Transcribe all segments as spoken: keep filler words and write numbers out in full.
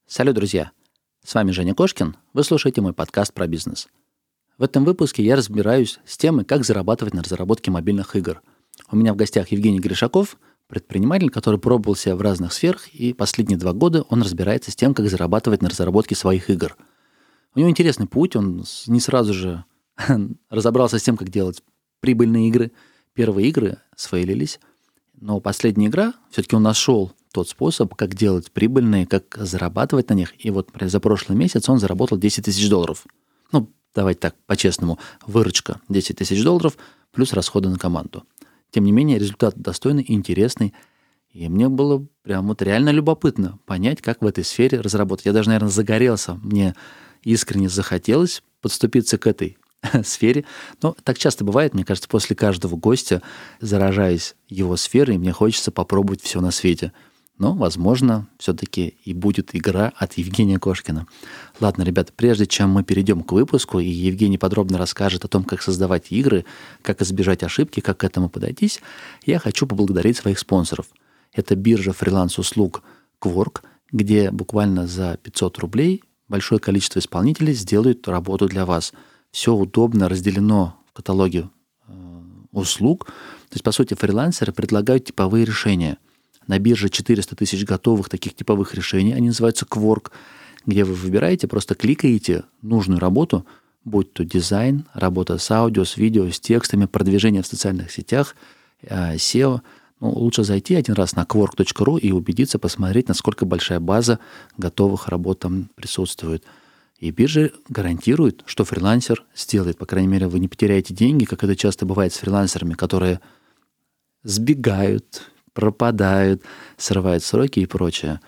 Салют, друзья! С вами Женя Кошкин. Вы слушаете мой подкаст про бизнес. В этом выпуске я разбираюсь с темой, как зарабатывать на разработке мобильных игр. У меня в гостях Евгений Гришаков, предприниматель, который пробовал себя в разных сферах, и последние два года он разбирается с тем, как зарабатывать на разработке своих игр. У него интересный путь, он не сразу же разобрался с тем, как делать прибыльные игры. Первые игры сфейлились, но последняя игра, все-таки он нашел тот способ, как делать прибыльные, как зарабатывать на них. И вот, например, за прошлый месяц он заработал десять тысяч долларов. Ну, давайте так, по-честному, выручка десять тысяч долларов плюс расходы на команду. Тем не менее, результат достойный и интересный. И мне было прям вот реально любопытно понять, как в этой сфере разработать. Я даже, наверное, загорелся. Мне искренне захотелось подступиться к этой сфере. Но так часто бывает, мне кажется, после каждого гостя, заражаясь его сферой, мне хочется попробовать все на свете. Но, возможно, все-таки и будет игра от Евгения Кошкина. Ладно, ребята, прежде чем мы перейдем к выпуску, и Евгений подробно расскажет о том, как создавать игры, как избежать ошибки, как к этому подойтись, я хочу поблагодарить своих спонсоров. Это биржа фриланс-услуг Quark, где буквально за пятьсот рублей большое количество исполнителей сделают работу для вас. Все удобно разделено в каталоге э, услуг. То есть, по сути, фрилансеры предлагают типовые решения. На бирже четыреста тысяч готовых таких типовых решений, они называются Quark, где вы выбираете, просто кликаете нужную работу, будь то дизайн, работа с аудио, с видео, с текстами, продвижение в социальных сетях, сео. Ну, лучше зайти один раз на quark точка ру и убедиться, посмотреть, насколько большая база готовых работ там присутствует. И биржа гарантирует, что фрилансер сделает. По крайней мере, вы не потеряете деньги, как это часто бывает с фрилансерами, которые сбегают, пропадают, срывают сроки и прочее.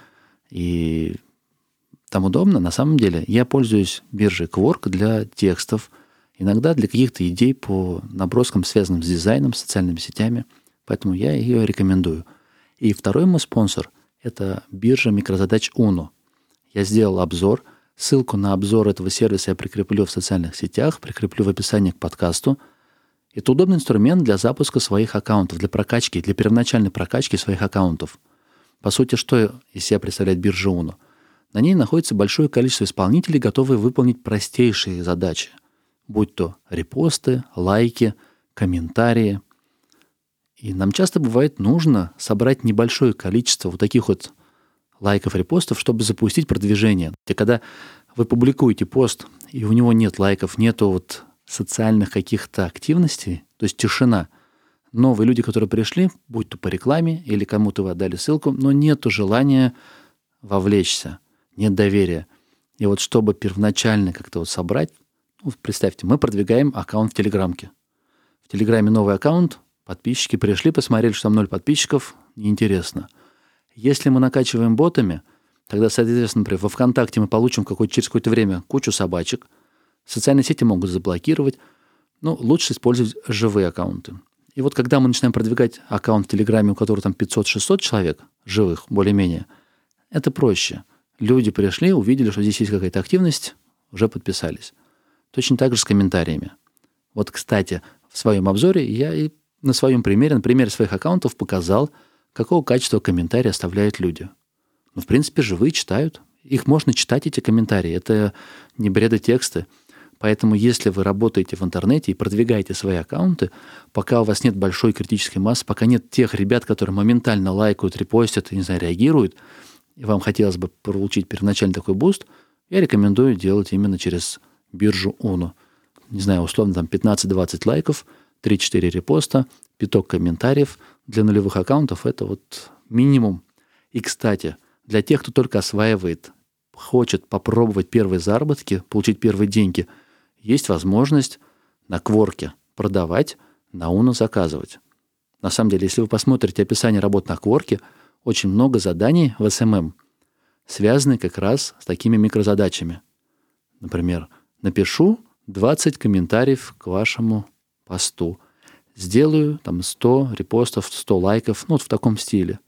И там удобно. На самом деле я пользуюсь биржей Quark для текстов, иногда для каких-то идей по наброскам, связанным с дизайном, социальными сетями. Поэтому я ее рекомендую. И второй мой спонсор – это биржа микрозадач Uno. Я сделал обзор. Ссылку на обзор этого сервиса я прикреплю в социальных сетях, прикреплю в описании к подкасту. Это удобный инструмент для запуска своих аккаунтов, для прокачки, для первоначальной прокачки своих аккаунтов. По сути, что из себя представляет биржа Uno? На ней находится большое количество исполнителей, готовые выполнить простейшие задачи, будь то репосты, лайки, комментарии. И нам часто бывает нужно собрать небольшое количество вот таких вот лайков, репостов, чтобы запустить продвижение. И когда вы публикуете пост, и у него нет лайков, нету вот социальных каких-то активностей, то есть тишина. Новые люди, которые пришли, будь то по рекламе или кому-то вы отдали ссылку, но нету желания вовлечься, нет доверия. И вот чтобы первоначально как-то вот собрать, ну, представьте, мы продвигаем аккаунт в Телеграмке. В Телеграме новый аккаунт, подписчики пришли, посмотрели, что там ноль подписчиков, неинтересно. Если мы накачиваем ботами, тогда, соответственно, например, во ВКонтакте мы получим какое-то, через какое-то время кучу собачек, социальные сети могут заблокировать. Ну, лучше использовать живые аккаунты. И вот когда мы начинаем продвигать аккаунт в Телеграме, у которого там пятьсот-шестьсот человек, живых, более-менее, это проще. Люди пришли, увидели, что здесь есть какая-то активность, уже подписались. Точно так же с комментариями. Вот, кстати, в своем обзоре я и на своем примере, на примере своих аккаунтов показал, какого качества комментарии оставляют люди. Ну, в принципе, живые читают. Их можно читать, эти комментарии. Это не бредотексты. Поэтому, если вы работаете в интернете и продвигаете свои аккаунты, пока у вас нет большой критической массы, пока нет тех ребят, которые моментально лайкают, репостят, не знаю, реагируют, и вам хотелось бы получить первоначально такой буст, я рекомендую делать именно через биржу Uno. Не знаю, условно, там пятнадцать-двадцать лайков, три-четыре репоста, пяток комментариев. Для нулевых аккаунтов это вот минимум. И, кстати, для тех, кто только осваивает, хочет попробовать первые заработки, получить первые деньги, есть возможность на Quark продавать, на Uno заказывать. На самом деле, если вы посмотрите описание работ на Quark, очень много заданий в эс эм эм связаны как раз с такими микрозадачами. Например, напишу двадцать комментариев к вашему посту. Сделаю там сто репостов, сто лайков, ну вот в таком стиле.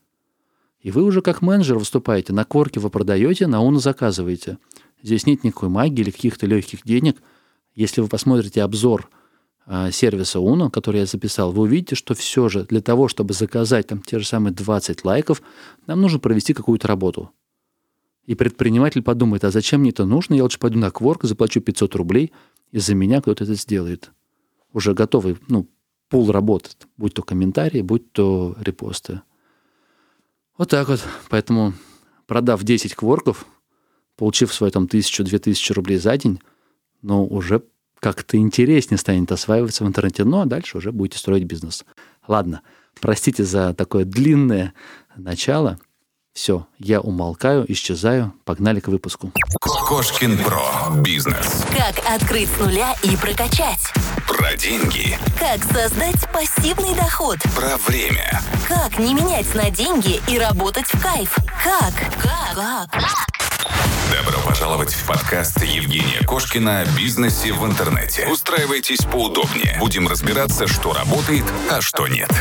И вы уже как менеджер выступаете. На Quark вы продаете, на Uno заказываете. Здесь нет никакой магии или каких-то легких денег. Если вы посмотрите обзор э, сервиса Uno, который я записал, вы увидите, что все же для того, чтобы заказать там те же самые двадцать лайков, нам нужно провести какую-то работу. И предприниматель подумает, а зачем мне это нужно? Я лучше пойду на Quark, заплачу пятьсот рублей, и за меня кто-то это сделает. Уже готовый, ну, пул работает. Будь то комментарии, будь то репосты. Вот так вот. Поэтому, продав десять кворков, получив свои там тысячу-две тысячи рублей за день, ну, уже как-то интереснее станет осваиваться в интернете. Ну, а дальше уже будете строить бизнес. Ладно, простите за такое длинное начало. Все, я умолкаю, исчезаю. Погнали к выпуску. Кошкин Про. Бизнес. Как открыть с нуля и прокачать. Про деньги. Как создать пассивный доход. Про время. Как не менять на деньги и работать в кайф. Как? Как? Как? Добро пожаловать в подкаст Евгения Кошкина о бизнесе в интернете. Устраивайтесь поудобнее. Будем разбираться, что работает, а что нет.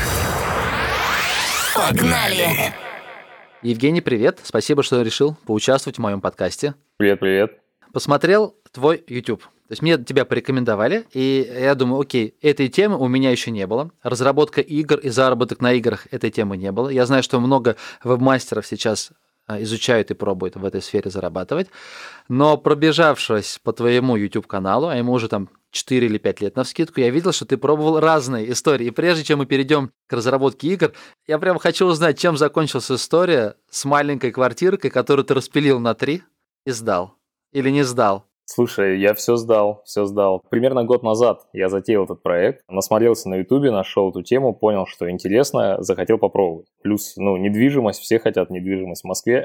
Погнали! Евгений, привет. Спасибо, что решил поучаствовать в моем подкасте. Привет, привет. Посмотрел твой YouTube. То есть мне тебя порекомендовали, и я думаю, окей, этой темы у меня еще не было. Разработка игр и заработок на играх этой темы не было. Я знаю, что много веб-мастеров сейчас изучают и пробуют в этой сфере зарабатывать. Но пробежавшись по твоему YouTube-каналу, а ему уже там четыре или пять лет навскидку, я видел, что ты пробовал разные истории. И прежде чем мы перейдем к разработке игр, я прям хочу узнать, чем закончилась история с маленькой квартиркой, которую ты распилил на три и сдал. Или не сдал. Слушай, я все сдал, все сдал. Примерно год назад я затеял этот проект, насмотрелся на Ютубе, нашел эту тему, понял, что интересно, захотел попробовать. Плюс, ну, недвижимость, все хотят недвижимость в Москве.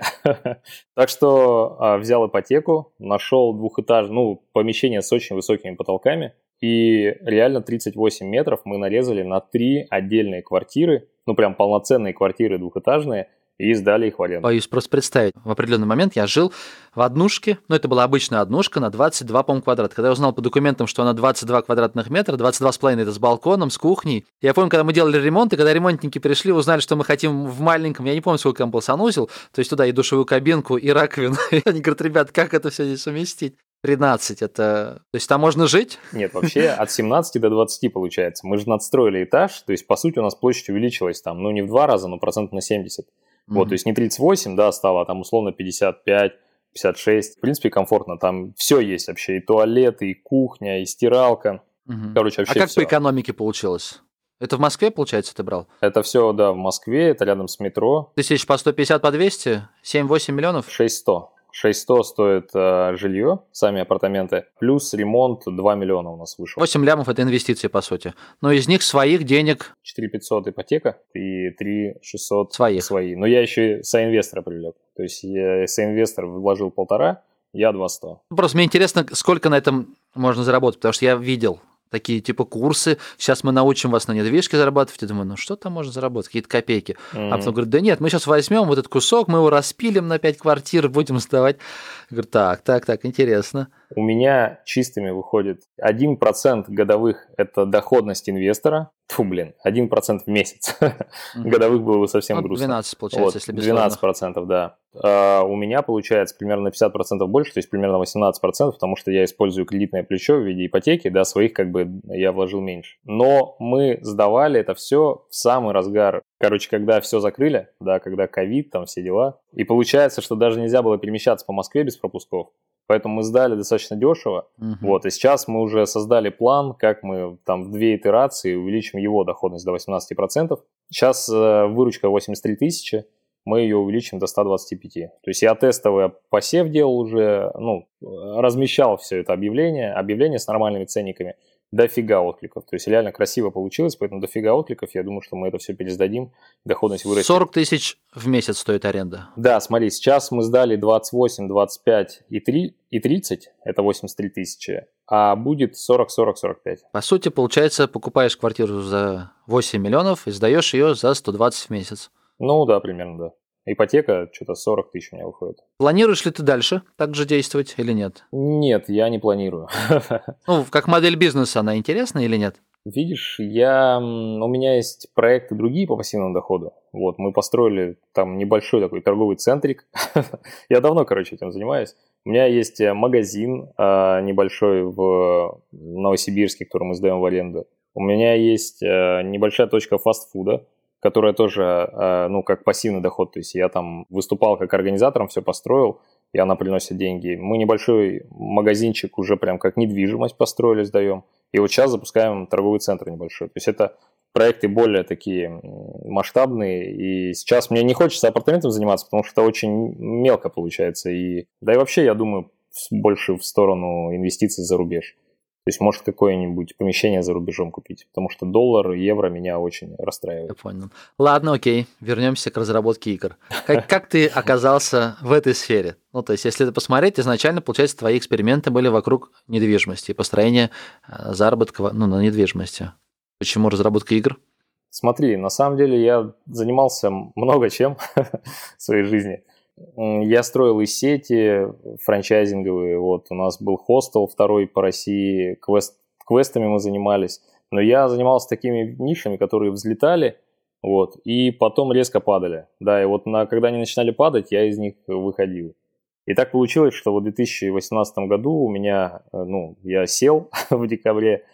Так что взял ипотеку, нашел двухэтажное, ну, помещение с очень высокими потолками, и реально тридцать восемь метров мы нарезали на три отдельные квартиры, ну, прям полноценные квартиры двухэтажные, и сдали их в аренду. Боюсь просто представить. В определенный момент я жил в однушке, ну, это была обычная однушка на двадцать два, по-моему, квадрата. Когда я узнал по документам, что она двадцать два квадратных метра, двадцать два с половиной это с балконом, с кухней. Я помню, когда мы делали ремонт, и когда ремонтники пришли, узнали, что мы хотим в маленьком, я не помню, сколько там был санузел, то есть туда и душевую кабинку, и раковину. И они говорят, ребят, как это все здесь совместить? тринадцать, это... То есть там можно жить? Нет, вообще от семнадцати до двадцати получается. Мы же надстроили этаж, то есть, по сути, у нас площадь увеличилась там, ну, не в два раза, но процентов на семьдесят. Mm-hmm. Вот, то есть не тридцать восемь, да, стало, а там условно пятьдесят пять, пятьдесят шесть. В принципе, комфортно. Там все есть вообще. И туалет, и кухня, и стиралка. Mm-hmm. Короче, вообще А как все. по экономике получилось? Это в Москве, получается, ты брал? Это все, да, в Москве, это рядом с метро. Тысяч по сто пятьдесят, по двести? семь-восемь миллионов? шесть сто. шесть сто стоит э, жилье, сами апартаменты, плюс ремонт два миллиона у нас вышел. восемь лямов – это инвестиции, по сути. Но из них своих денег… четыре пятьсот ипотека и три шестьсот своих. свои. Но я еще и соинвестора привлек. То есть я соинвестор вложил полтора, я два сто. Просто мне интересно, сколько на этом можно заработать, потому что я видел такие типа курсы, сейчас мы научим вас на недвижке зарабатывать. Я думаю, ну что там можно заработать, какие-то копейки. Mm-hmm. А потом говорят, да нет, мы сейчас возьмем вот этот кусок, мы его распилим на пять квартир, будем сдавать. Я говорю, так, так, так, интересно. У меня чистыми выходит один процент годовых – это доходность инвестора. Фу, блин, один процент в месяц. Mm-hmm. Годовых было бы совсем ну, грустно. двенадцать получается, вот, если без двенадцать процентов, да. А у меня получается примерно на пятьдесят процентов больше, то есть примерно восемнадцать процентов, потому что я использую кредитное плечо в виде ипотеки, да, своих как бы я вложил меньше. Но мы сдавали это все в самый разгар. Короче, когда все закрыли, да, когда ковид, там все дела. И получается, что даже нельзя было перемещаться по Москве без пропусков. Поэтому мы сдали достаточно дешево. Uh-huh. Вот, и сейчас мы уже создали план, как мы там в две итерации увеличим его доходность до восемнадцать процентов. Сейчас э, выручка восемьдесят три тысячи, мы ее увеличим до ста двадцати пяти. То есть я тестовый посев делал уже, ну, размещал все это объявление, объявление с нормальными ценниками. Дофига откликов. То есть реально красиво получилось, поэтому дофига откликов. Я думаю, что мы это все пересдадим, доходность вырастет. сорок тысяч в месяц стоит аренда. Да, смотри, сейчас мы сдали двадцать восемь, двадцать пять и тридцать, это восемьдесят три тысячи, а будет сорок, сорок, сорок пять. По сути, получается, покупаешь квартиру за восемь миллионов и сдаешь ее за сто двадцать в месяц. Ну да, примерно, да. Ипотека что-то сорок тысяч у меня выходит. Планируешь ли ты дальше так же действовать или нет? Нет, я не планирую. Ну, как модель бизнеса она интересна или нет? Видишь, я, у меня есть проекты другие по пассивному доходу. Вот, мы построили там небольшой такой торговый центрик. Я давно, короче, этим занимаюсь. У меня есть магазин э, небольшой в Новосибирске, который мы сдаем в аренду. У меня есть э, небольшая точка фастфуда, которая тоже, э, ну, как пассивный доход. То есть я там выступал как организатором, все построил. и она приносит деньги. Мы небольшой магазинчик уже прям как недвижимость построили, сдаем. И вот сейчас запускаем торговый центр небольшой. То есть это проекты более такие масштабные. И сейчас мне не хочется апартаментом заниматься, потому что это очень мелко получается. И, да и вообще, я думаю, больше в сторону инвестиций за рубеж. То есть, может, какое-нибудь помещение за рубежом купить, потому что доллар, евро меня очень расстраивает. Я понял. Ладно, окей, вернемся к разработке игр. Как, как ты оказался в этой сфере? Ну, то есть, если это посмотреть, изначально, получается, твои эксперименты были вокруг недвижимости, построения заработка ну, на недвижимости. Почему разработка игр? Смотри, на самом деле я занимался много чем в своей жизни. Я строил и сети франчайзинговые, вот у нас был хостел второй по России, квест, квестами мы занимались, но я занимался такими нишами, которые взлетали, вот, и потом резко падали, да, и вот на, когда они начинали падать, я из них выходил. И так получилось, что в две тысячи восемнадцатом году у меня, ну, я сел в декабре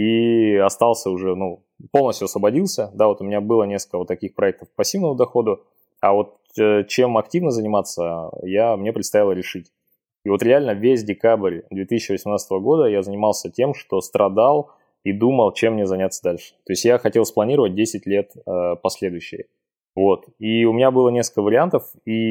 и остался уже, ну, полностью освободился, да, вот у меня было несколько вот таких проектов пассивного дохода, а вот чем активно заниматься, я, мне предстояло решить. И вот реально весь декабрь две тысячи восемнадцатого года я занимался тем, что страдал и думал, чем мне заняться дальше. То есть я хотел спланировать десять лет э, последующие. Вот. И у меня было несколько вариантов,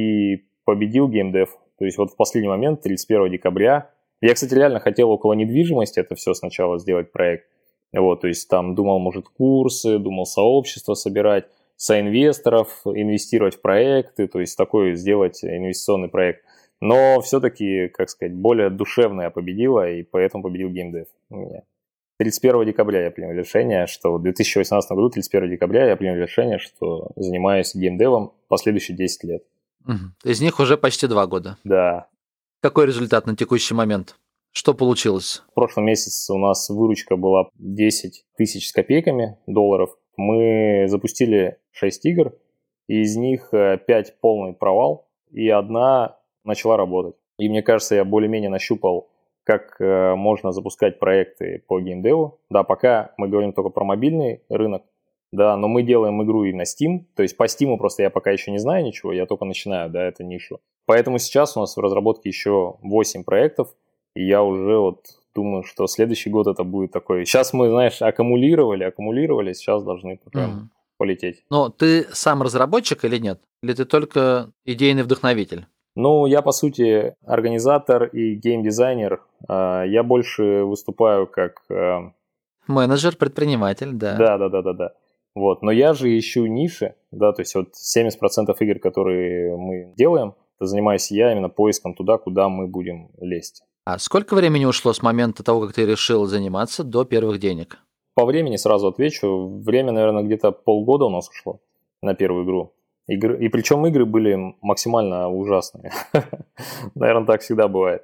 и победил геймдев. То есть вот в последний момент, тридцать первого декабря, я, кстати, реально хотел около недвижимости это все сначала сделать проект. Вот, то есть там думал, может, курсы, думал сообщество собирать, соинвесторов, инвестировать в проекты, то есть такой сделать инвестиционный проект. Но все-таки, как сказать, более душевное победило, и поэтому победил геймдев у меня. тридцать первого декабря я принял решение, что в две тысячи восемнадцатом году, тридцать первого декабря, я принял решение, что занимаюсь геймдевом последующие десять лет. Угу. Из них уже почти два года. Да. Какой результат на текущий момент? Что получилось? В прошлом месяце у нас выручка была десять тысяч с копейками долларов. Мы запустили шесть игр, и из них пять полный провал, и одна начала работать. И мне кажется, я более-менее нащупал, как можно запускать проекты по геймдеву. Да, пока мы говорим только про мобильный рынок, да, но мы делаем игру и на Steam, то есть по Steam просто я пока еще не знаю ничего, я только начинаю, да, эту нишу. Поэтому сейчас у нас в разработке еще восемь проектов, и я уже вот думаю, что следующий год это будет такой. Сейчас мы, знаешь, аккумулировали, аккумулировали, сейчас должны прям mm-hmm. полететь. Но ты сам разработчик или нет? Или ты только идейный вдохновитель? Ну, я, по сути, организатор и геймдизайнер. Я больше выступаю как... Менеджер, предприниматель, да. Да, да, да, да, да. Вот. Но я же ищу ниши, да, то есть вот семьдесят процентов игр, которые мы делаем, это занимаюсь я именно поиском туда, куда мы будем лезть. А сколько времени ушло с момента того, как ты решил заниматься, до первых денег? По времени сразу отвечу. Время, наверное, где-то полгода у нас ушло на первую игру. Игры, и причем игры были максимально ужасные. Наверное, так всегда бывает.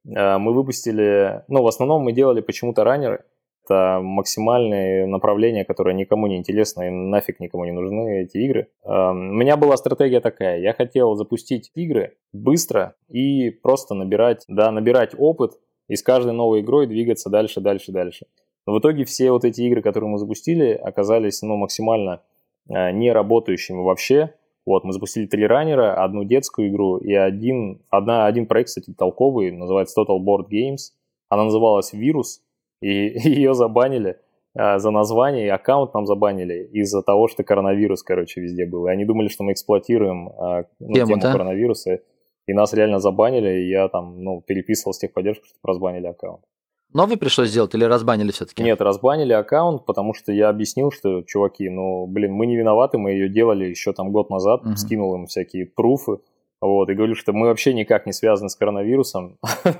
Мы выпустили... Ну, в основном мы делали почему-то раннеры. Это максимальные направления, которые никому не интересны и нафиг никому не нужны, эти игры. У меня была стратегия такая. Я хотел запустить игры быстро и просто набирать, да, набирать опыт и с каждой новой игрой двигаться дальше, дальше, дальше. Но в итоге все вот эти игры, которые мы запустили, оказались ну, максимально не работающими вообще. Вот, мы запустили три раннера, одну детскую игру и один, одна, один проект, кстати, толковый, называется Total Board Games. Она называлась «Вирус», и ее забанили а, за название, и аккаунт нам забанили из-за того, что коронавирус, короче, везде был. И они думали, что мы эксплуатируем а, ну, тему, тему да? коронавируса, и нас реально забанили, и я там ну, переписывал с техподдержку, чтобы разбанили аккаунт. Новый пришлось сделать или разбанили все-таки? Нет, разбанили аккаунт, потому что я объяснил, что, чуваки, ну, блин, мы не виноваты, мы ее делали еще там год назад, uh-huh. скинул им всякие пруфы, вот, и говорю, что мы вообще никак не связаны с коронавирусом,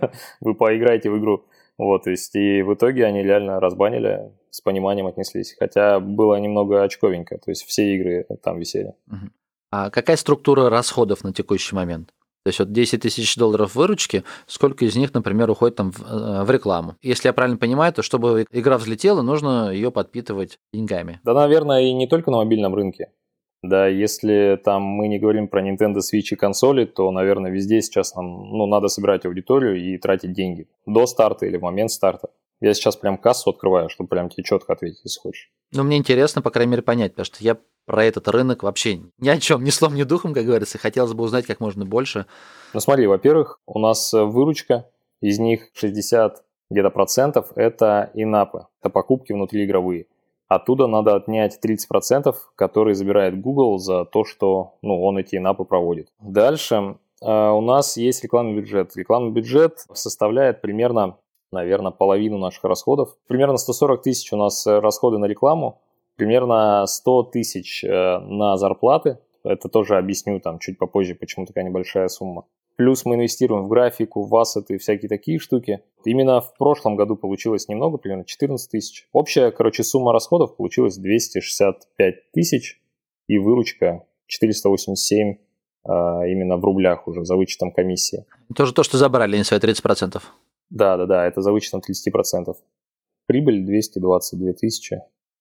вы поиграете в игру, вот, то есть, и в итоге они реально разбанили, с пониманием отнеслись, хотя было немного очковенько, то есть, все игры там висели. Uh-huh. А какая структура расходов на текущий момент? То есть вот десять тысяч долларов выручки, сколько из них, например, уходит там в, в рекламу? Если я правильно понимаю, то чтобы игра взлетела, нужно ее подпитывать деньгами. Да, наверное, и не только на мобильном рынке. Да, если там мы не говорим про Nintendo Switch и консоли, то, наверное, везде сейчас нам ну, надо собирать аудиторию и тратить деньги. До старта или в момент старта. Я сейчас прям кассу открываю, чтобы прям тебе четко ответить, если хочешь. Ну, мне интересно, по крайней мере, понять, потому что я про этот рынок вообще ни о чем, ни словом, ни духом, как говорится. Хотелось бы узнать как можно больше. Ну смотри, во-первых, у нас выручка, из них шестьдесят где-то процентов это инапы, это покупки внутриигровые. Оттуда надо отнять тридцать процентов, которые забирает Google за то, что ну, он эти инапы проводит. Дальше э, у нас есть рекламный бюджет. Рекламный бюджет составляет примерно, наверное, половину наших расходов. Примерно сто сорок тысяч у нас расходы на рекламу, примерно сто тысяч э, на зарплаты. Это тоже объясню там чуть попозже, почему такая небольшая сумма. Плюс мы инвестируем в графику, в ассеты и всякие такие штуки. Именно в прошлом году получилось немного, примерно четырнадцать тысяч. Общая, короче, сумма расходов получилась двести шестьдесят пять тысяч и выручка четыреста восемьдесят семь а, именно в рублях уже, за вычетом комиссии. Тоже то, что забрали, не свои тридцать процентов. Да-да-да, это за вычетом тридцать процентов. Прибыль двести двадцать две тысячи.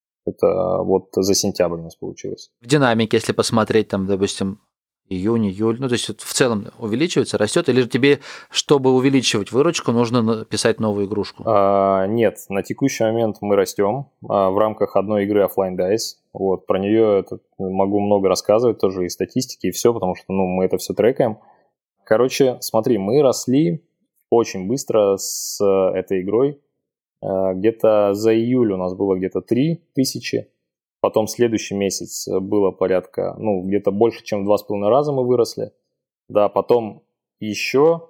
Это вот за сентябрь у нас получилось. В динамике, если посмотреть, там, допустим, июнь, июль, ну, то есть в целом увеличивается, растет, или же тебе, чтобы увеличивать выручку, нужно писать новую игрушку? А, нет, на текущий момент мы растем а, в рамках одной игры Offline Dice. Вот, про нее это могу много рассказывать, тоже и статистики, и все, потому что ну, мы это все трекаем. Короче, смотри, мы росли очень быстро с этой игрой. А, где-то за июль у нас было где-то три тысячи. Потом следующий месяц было порядка, ну, где-то больше, чем в два с половиной раза мы выросли. Да, потом еще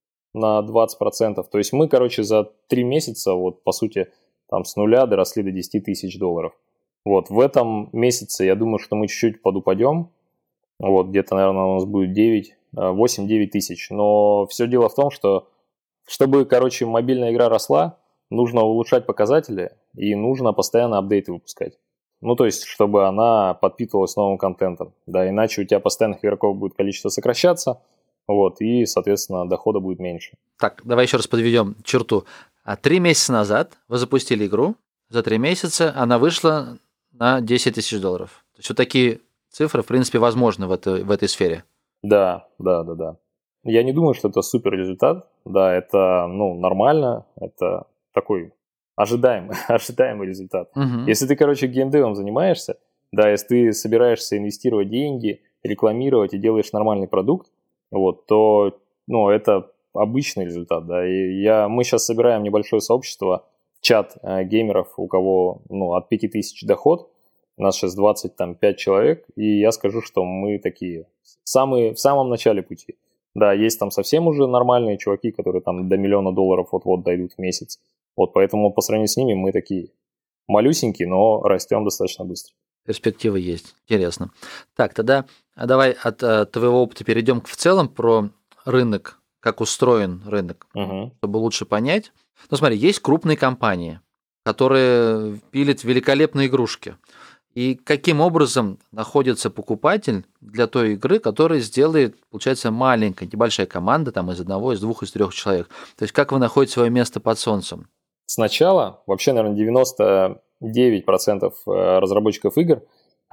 на двадцать процентов. То есть мы, короче, за три месяца, вот, по сути, там с нуля доросли до десять тысяч долларов. Вот, в этом месяце, я думаю, что мы чуть-чуть подупадем. Вот, где-то, наверное, у нас будет девять, восемь-девять тысяч. Но все дело в том, что, чтобы, короче, мобильная игра росла, нужно улучшать показатели и нужно постоянно апдейты выпускать. Ну, то есть, чтобы она подпитывалась новым контентом, да, иначе у тебя постоянных игроков будет количество сокращаться, вот, и, соответственно, дохода будет меньше. Так, давай еще раз подведем черту. Три месяца назад вы запустили игру, за три месяца она вышла на десять тысяч долларов. То есть, вот такие цифры, в принципе, возможны в этой, в этой сфере. Да, да, да, да. Я не думаю, что это супер результат, да, это, ну, нормально, это такой... Ожидаемый, ожидаемый результат. Uh-huh. Если ты, короче, геймдевом занимаешься, да, если ты собираешься инвестировать деньги, рекламировать и делаешь нормальный продукт, вот, то, ну, это обычный результат, да. И я, мы сейчас собираем небольшое сообщество, чат э, геймеров, у кого, ну, от пяти тысяч доход, у нас сейчас двадцать пять человек, и я скажу, что мы такие самые, в самом начале пути. Да, есть там совсем уже нормальные чуваки, которые там до миллиона долларов вот-вот дойдут в месяц. Вот поэтому по сравнению с ними мы такие малюсенькие, но растем достаточно быстро. Перспективы есть. Интересно. Так, тогда давай от, от твоего опыта перейдем в целом про рынок, как устроен рынок, угу. чтобы лучше понять. Ну смотри, есть крупные компании, которые пилят великолепные игрушки. И каким образом находится покупатель для той игры, которая сделает, получается, маленькая, небольшая команда там, из одного, из двух, из трех человек. То есть как вы находите свое место под солнцем? Сначала, вообще, наверное, девяносто девять процентов разработчиков игр,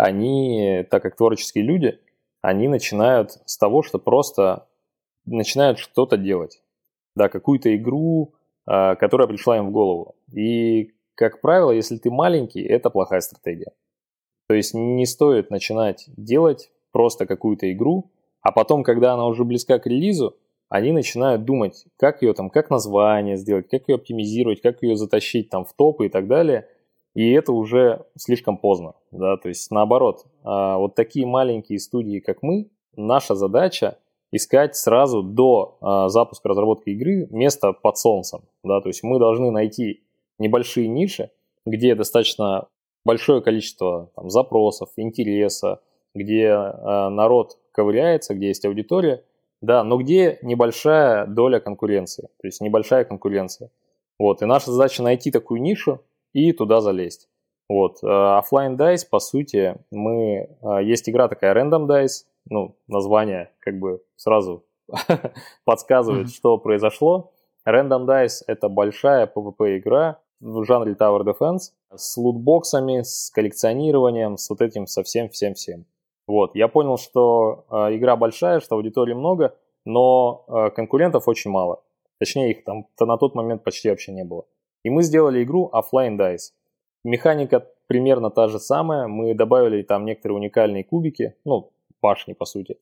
они, так как творческие люди, они начинают с того, что просто начинают что-то делать. Да, какую-то игру, которая пришла им в голову. И, как правило, если ты маленький, это плохая стратегия. То есть не стоит начинать делать просто какую-то игру, а потом, когда она уже близка к релизу, они начинают думать, как ее там, как название сделать, как ее оптимизировать, как ее затащить там в топы и так далее. И это уже слишком поздно, да, то есть наоборот. Вот такие маленькие студии, как мы, наша задача искать сразу до запуска разработки игры место под солнцем, да, то есть мы должны найти небольшие ниши, где достаточно большое количество там, запросов, интереса, где э, народ ковыряется, где есть аудитория, да, но где небольшая доля конкуренции, то есть небольшая конкуренция. Вот, и наша задача найти такую нишу и туда залезть. Вот, э, Offline Dice, по сути, мы, э, есть игра такая Random Dice, ну, название как бы сразу подсказывает, что произошло. Random Dice — это большая пи ви пи-игра в жанре Tower Defense с лутбоксами, с коллекционированием, с вот этим совсем-всем-всем. Вот, я понял, что э, игра большая, что аудитории много, но э, конкурентов очень мало. Точнее, их там на тот момент почти вообще не было. И мы сделали игру Offline Dice. Механика примерно та же самая. Мы добавили там некоторые уникальные кубики, ну, башни, по сути.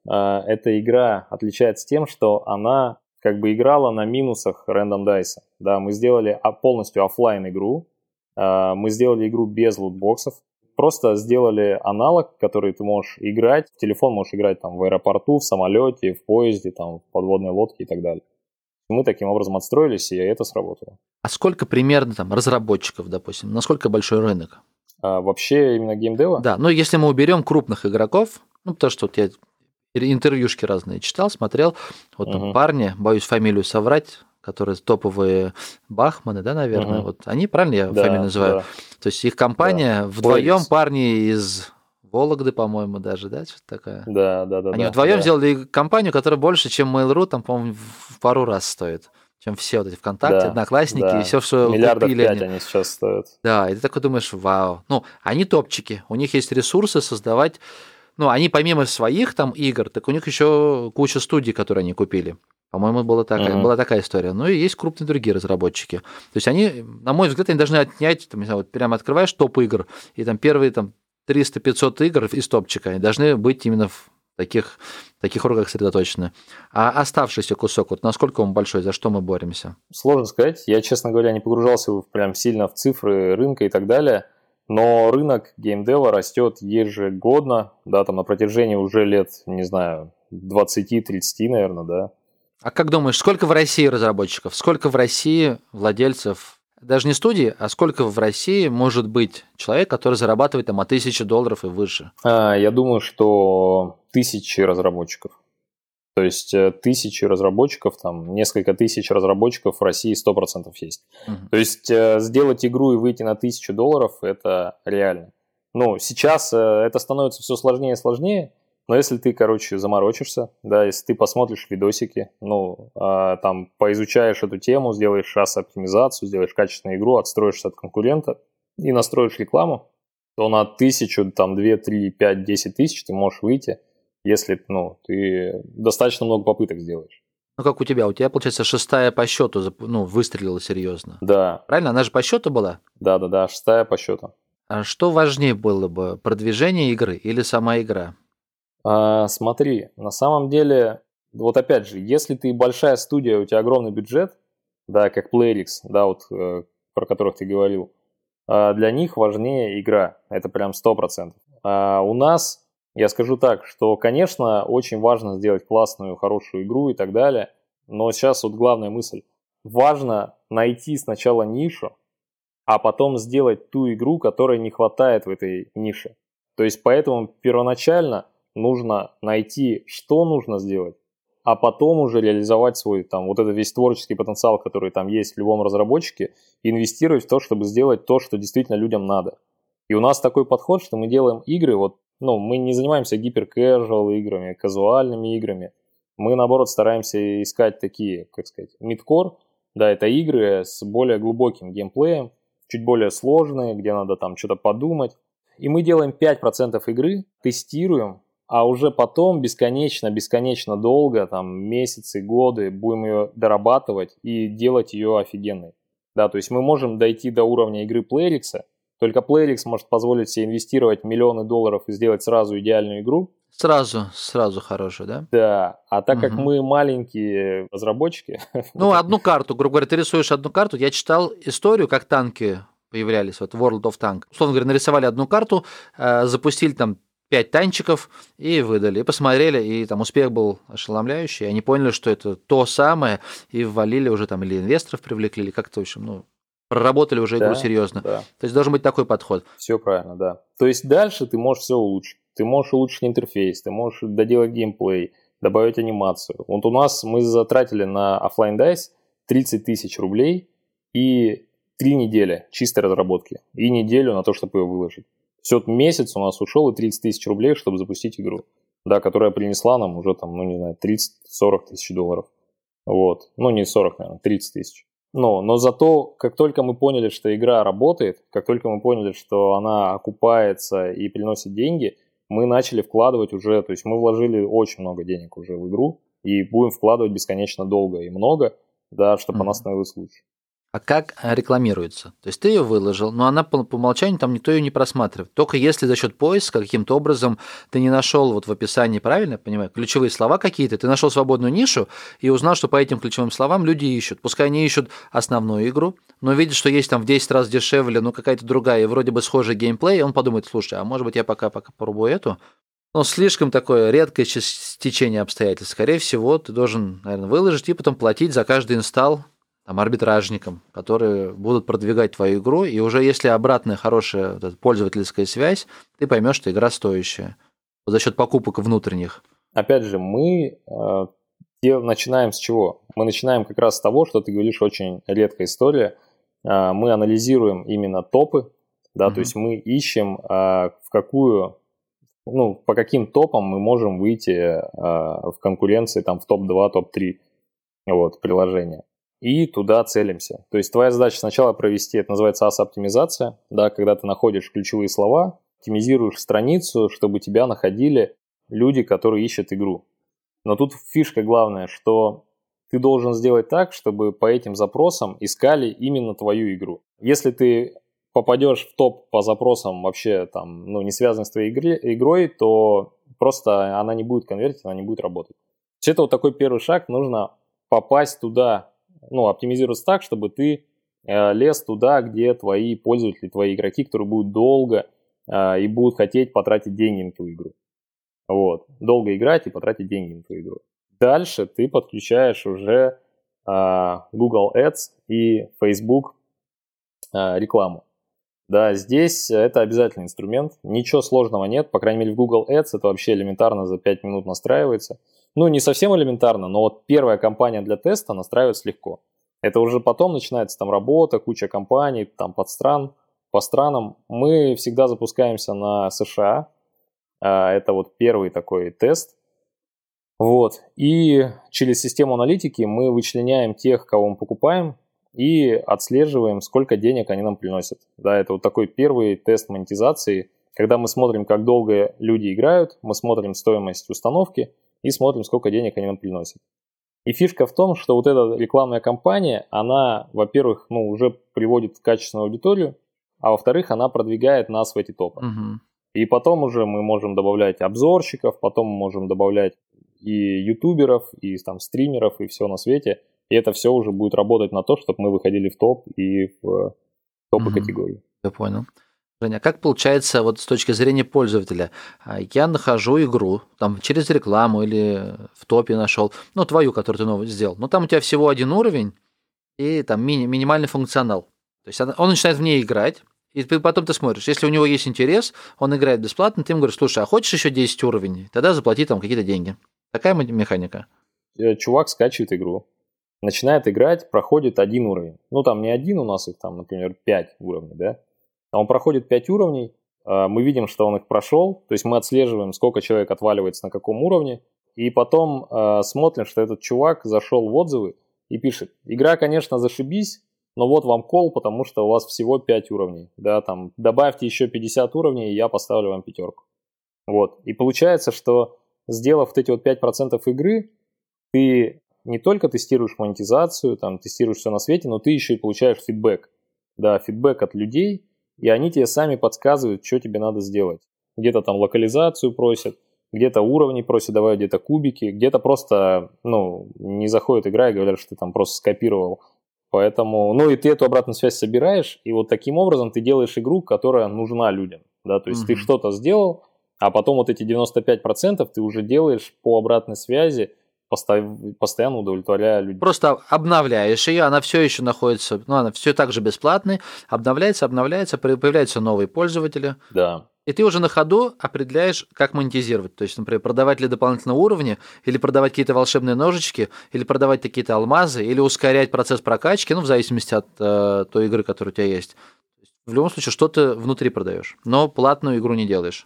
Эта игра отличается тем, что она как бы играла на минусах Random Dice. Да, мы сделали полностью офлайн игру, мы сделали игру без лутбоксов, просто сделали аналог, который ты можешь играть. В телефон можешь играть там в аэропорту, в самолете, в поезде, там, в подводной лодке и так далее. Мы таким образом отстроились, и это сработало. А сколько примерно там разработчиков, допустим? Насколько большой рынок? А, вообще именно геймдева? Да, ну если мы уберем крупных игроков, ну потому что вот я интервьюшки разные читал, смотрел, вот там угу. парни, боюсь фамилию соврать, которые топовые Бахманы, да, наверное, угу. вот они, правильно я да, фамилию называю? Да. То есть их компания да. вдвоем, парни из Вологды, по-моему, даже, да, что-то такое? Да, да, да. Они да, вдвоем да. сделали компанию, которая больше, чем Mail.ru, там, по-моему, в пару раз стоит, чем все вот эти ВКонтакте, да, Одноклассники да. и все, что Миллиардов купили. пять они сейчас стоят. Да, и ты такой думаешь, вау. Ну, они топчики, у них есть ресурсы создавать. Ну, они помимо своих там игр, так у них еще куча студий, которые они купили. По-моему, была такая, uh-huh. была такая история. Ну, и есть крупные другие разработчики. То есть они, на мой взгляд, они должны отнять, там, не знаю, вот прямо открываешь топ игр, и там первые там триста-пятьсот игр из топчика, они должны быть именно в таких, таких руках сосредоточены. А оставшийся кусок, вот насколько он большой, за что мы боремся? Сложно сказать. Я, честно говоря, не погружался прям сильно в цифры рынка и так далее. Но рынок геймдева растет ежегодно, да, там на протяжении уже лет, не знаю, двадцать-тридцать, наверное, да. А как думаешь, сколько в России разработчиков? Сколько в России владельцев, даже не студии, а сколько в России может быть человек, который зарабатывает там от тысячи долларов и выше? А, я думаю, что тысячи разработчиков. То есть тысячи разработчиков, там несколько тысяч разработчиков в России сто процентов есть. Uh-huh. То есть сделать игру и выйти на тысячу долларов – это реально. Ну, сейчас это становится все сложнее и сложнее, но если ты, короче, заморочишься, да, если ты посмотришь видосики, ну, там, поизучаешь эту тему, сделаешь раз-оптимизацию, сделаешь качественную игру, отстроишься от конкурента и настроишь рекламу, то на тысячу, там, две, три, пять, десять тысяч ты можешь выйти, если, ну, ты достаточно много попыток сделаешь. Ну, как у тебя? У тебя, получается, шестая по счету, ну, выстрелила серьезно. Да. Правильно? Она же по счету была? Да-да-да, шестая по счету. А что важнее было бы, продвижение игры или сама игра? А, смотри, на самом деле, вот опять же, если ты большая студия, у тебя огромный бюджет, да, как Playrix, да, вот, э, про которых ты говорил, э, для них важнее игра, это прям сто процентов. А у нас... Я скажу так, что, конечно, очень важно сделать классную, хорошую игру и так далее, но сейчас вот главная мысль. Важно найти сначала нишу, а потом сделать ту игру, которой не хватает в этой нише. То есть поэтому первоначально нужно найти, что нужно сделать, а потом уже реализовать свой там вот этот весь творческий потенциал, который там есть в любом разработчике, и инвестировать в то, чтобы сделать то, что действительно людям надо. И у нас такой подход, что мы делаем игры, вот, ну, мы не занимаемся гипер-кэжуал играми, казуальными играми. Мы, наоборот, стараемся искать такие, как сказать, мидкор. Да, это игры с более глубоким геймплеем, чуть более сложные, где надо там что-то подумать. И мы делаем пять процентов игры, тестируем, а уже потом бесконечно-бесконечно долго, там месяцы, годы, будем ее дорабатывать и делать ее офигенной. Да, то есть мы можем дойти до уровня игры Playrix. Только Playrix может позволить себе инвестировать миллионы долларов и сделать сразу идеальную игру. Сразу, сразу хорошую, да? Да, а так как угу. мы маленькие разработчики... Ну, одну карту, грубо говоря, ты рисуешь одну карту. Я читал историю, как танки появлялись, вот World of Tanks. Условно говоря, нарисовали одну карту, запустили там пять танчиков и выдали, и посмотрели, и там успех был ошеломляющий. Они поняли, что это то самое, и ввалили уже там или инвесторов привлекли, или как-то, в общем, ну... Проработали уже игру да, серьезно. Да. То есть должен быть такой подход. Все правильно, да. То есть дальше ты можешь все улучшить. Ты можешь улучшить интерфейс, ты можешь доделать геймплей, добавить анимацию. Вот у нас мы затратили на Offline Dice тридцать тысяч рублей и три недели чистой разработки. И неделю на то, чтобы ее выложить. Все, месяц у нас ушел и тридцать тысяч рублей, чтобы запустить игру. Да, которая принесла нам уже там, ну не знаю, тридцать-сорок тысяч долларов. Вот. Ну не сорок, наверное, тридцать тысяч. Но, но зато, как только мы поняли, что игра работает, как только мы поняли, что она окупается и приносит деньги, мы начали вкладывать уже, то есть мы вложили очень много денег уже в игру и будем вкладывать бесконечно долго и много, да, чтобы mm-hmm. она становилась лучше. А как рекламируется? То есть ты ее выложил, но она по, по умолчанию там никто ее не просматривает. Только если за счет поиска каким-то образом ты не нашел вот в описании, правильно я понимаю, ключевые слова какие-то, ты нашел свободную нишу и узнал, что по этим ключевым словам люди ищут. Пускай они ищут основную игру, но видят, что есть там в десять раз дешевле, ну какая-то другая, и вроде бы схожий геймплей, и он подумает, слушай, а может быть я пока, пока попробую эту? Но слишком такое редкое стечение обстоятельств. Скорее всего, ты должен, наверное, выложить и потом платить за каждый инсталл там, арбитражникам, которые будут продвигать твою игру, и уже если обратная хорошая вот эта пользовательская связь, ты поймешь, что игра стоящая за счет покупок внутренних. Опять же, мы э, начинаем с чего? Мы начинаем как раз с того, что ты говоришь, очень редкая история. Э, мы анализируем именно топы, да, mm-hmm. то есть мы ищем, э, в какую, ну, по каким топам мы можем выйти э, в конкуренции там, в топ два, топ три вот, приложения. И туда целимся. То есть твоя задача сначала провести, это называется ас-оптимизация, да, когда ты находишь ключевые слова, оптимизируешь страницу, чтобы тебя находили люди, которые ищут игру. Но тут фишка главная, что ты должен сделать так, чтобы по этим запросам искали именно твою игру. Если ты попадешь в топ по запросам вообще там, ну, не связанных с твоей игре, игрой, то просто она не будет конвертить, она не будет работать. То есть это вот такой первый шаг, нужно попасть туда, ну, оптимизироваться так, чтобы ты э, лез туда, где твои пользователи, твои игроки, которые будут долго э, и будут хотеть потратить деньги на твою игру. Вот. Долго играть и потратить деньги на твою игру. Дальше ты подключаешь уже э, Google Ads и Facebook э, рекламу. Да, здесь это обязательный инструмент. Ничего сложного нет. По крайней мере, в Google Ads это вообще элементарно за пять минут настраивается. Ну, не совсем элементарно, но вот первая кампания для теста настраивается легко. Это уже потом начинается там работа, куча компаний, там под стран, по странам. Мы всегда запускаемся на США. Это вот первый такой тест. Вот. И через систему аналитики мы вычленяем тех, кого мы покупаем, и отслеживаем, сколько денег они нам приносят. Да, это вот такой первый тест монетизации, когда мы смотрим, как долго люди играют, мы смотрим стоимость установки и смотрим, сколько денег они нам приносят. И фишка в том, что вот эта рекламная кампания, она, во-первых, ну, уже приводит качественную аудиторию, а во-вторых, она продвигает нас в эти топы. Угу. И потом уже мы можем добавлять обзорщиков, потом мы можем добавлять и ютуберов, и там стримеров, и все на свете. И это все уже будет работать на то, чтобы мы выходили в топ и в топы угу. категории. Я понял. Женя, как получается вот с точки зрения пользователя? Я нахожу игру там через рекламу или в топе нашел, ну, твою, которую ты новую сделал. Но там у тебя всего один уровень и там мини- минимальный функционал. То есть он начинает в ней играть, и потом ты смотришь, если у него есть интерес, он играет бесплатно, ты ему говоришь, слушай, а хочешь еще десять уровней? Тогда заплати там какие-то деньги. Такая механика. Чувак скачивает игру, начинает играть, проходит один уровень. Ну, там не один, у нас их там, например, пять уровней, да? А он проходит пять уровней, мы видим, что он их прошел, то есть мы отслеживаем, сколько человек отваливается на каком уровне, и потом э, смотрим, что этот чувак зашел в отзывы и пишет, игра, конечно, зашибись, но вот вам кол, потому что у вас всего пять уровней, да, там, добавьте еще пятьдесят уровней, и я поставлю вам пятерку. Вот, и получается, что сделав вот эти вот пять процентов игры, ты не только тестируешь монетизацию, там, тестируешь все на свете, но ты еще и получаешь фидбэк, да, фидбэк от людей, и они тебе сами подсказывают, что тебе надо сделать. Где-то там локализацию просят, где-то уровни просят давай, где-то кубики, где-то просто, ну, не заходит игра и говорят, что ты там просто скопировал. Поэтому, ну, и ты эту обратную связь собираешь, и вот таким образом ты делаешь игру, которая нужна людям, да, то есть mm-hmm. ты что-то сделал, а потом вот эти девяносто пять процентов ты уже делаешь по обратной связи, постоянно удовлетворяя людей. Просто обновляешь ее, она все еще находится, ну, она все так же бесплатной, обновляется, обновляется, появляются новые пользователи. Да. И ты уже на ходу определяешь, как монетизировать. То есть, например, продавать ли дополнительные уровни, или продавать какие-то волшебные ножички, или продавать какие-то алмазы, или ускорять процесс прокачки, ну, в зависимости от э, той игры, которая у тебя есть. В любом случае, что-то внутри продаешь, но платную игру не делаешь.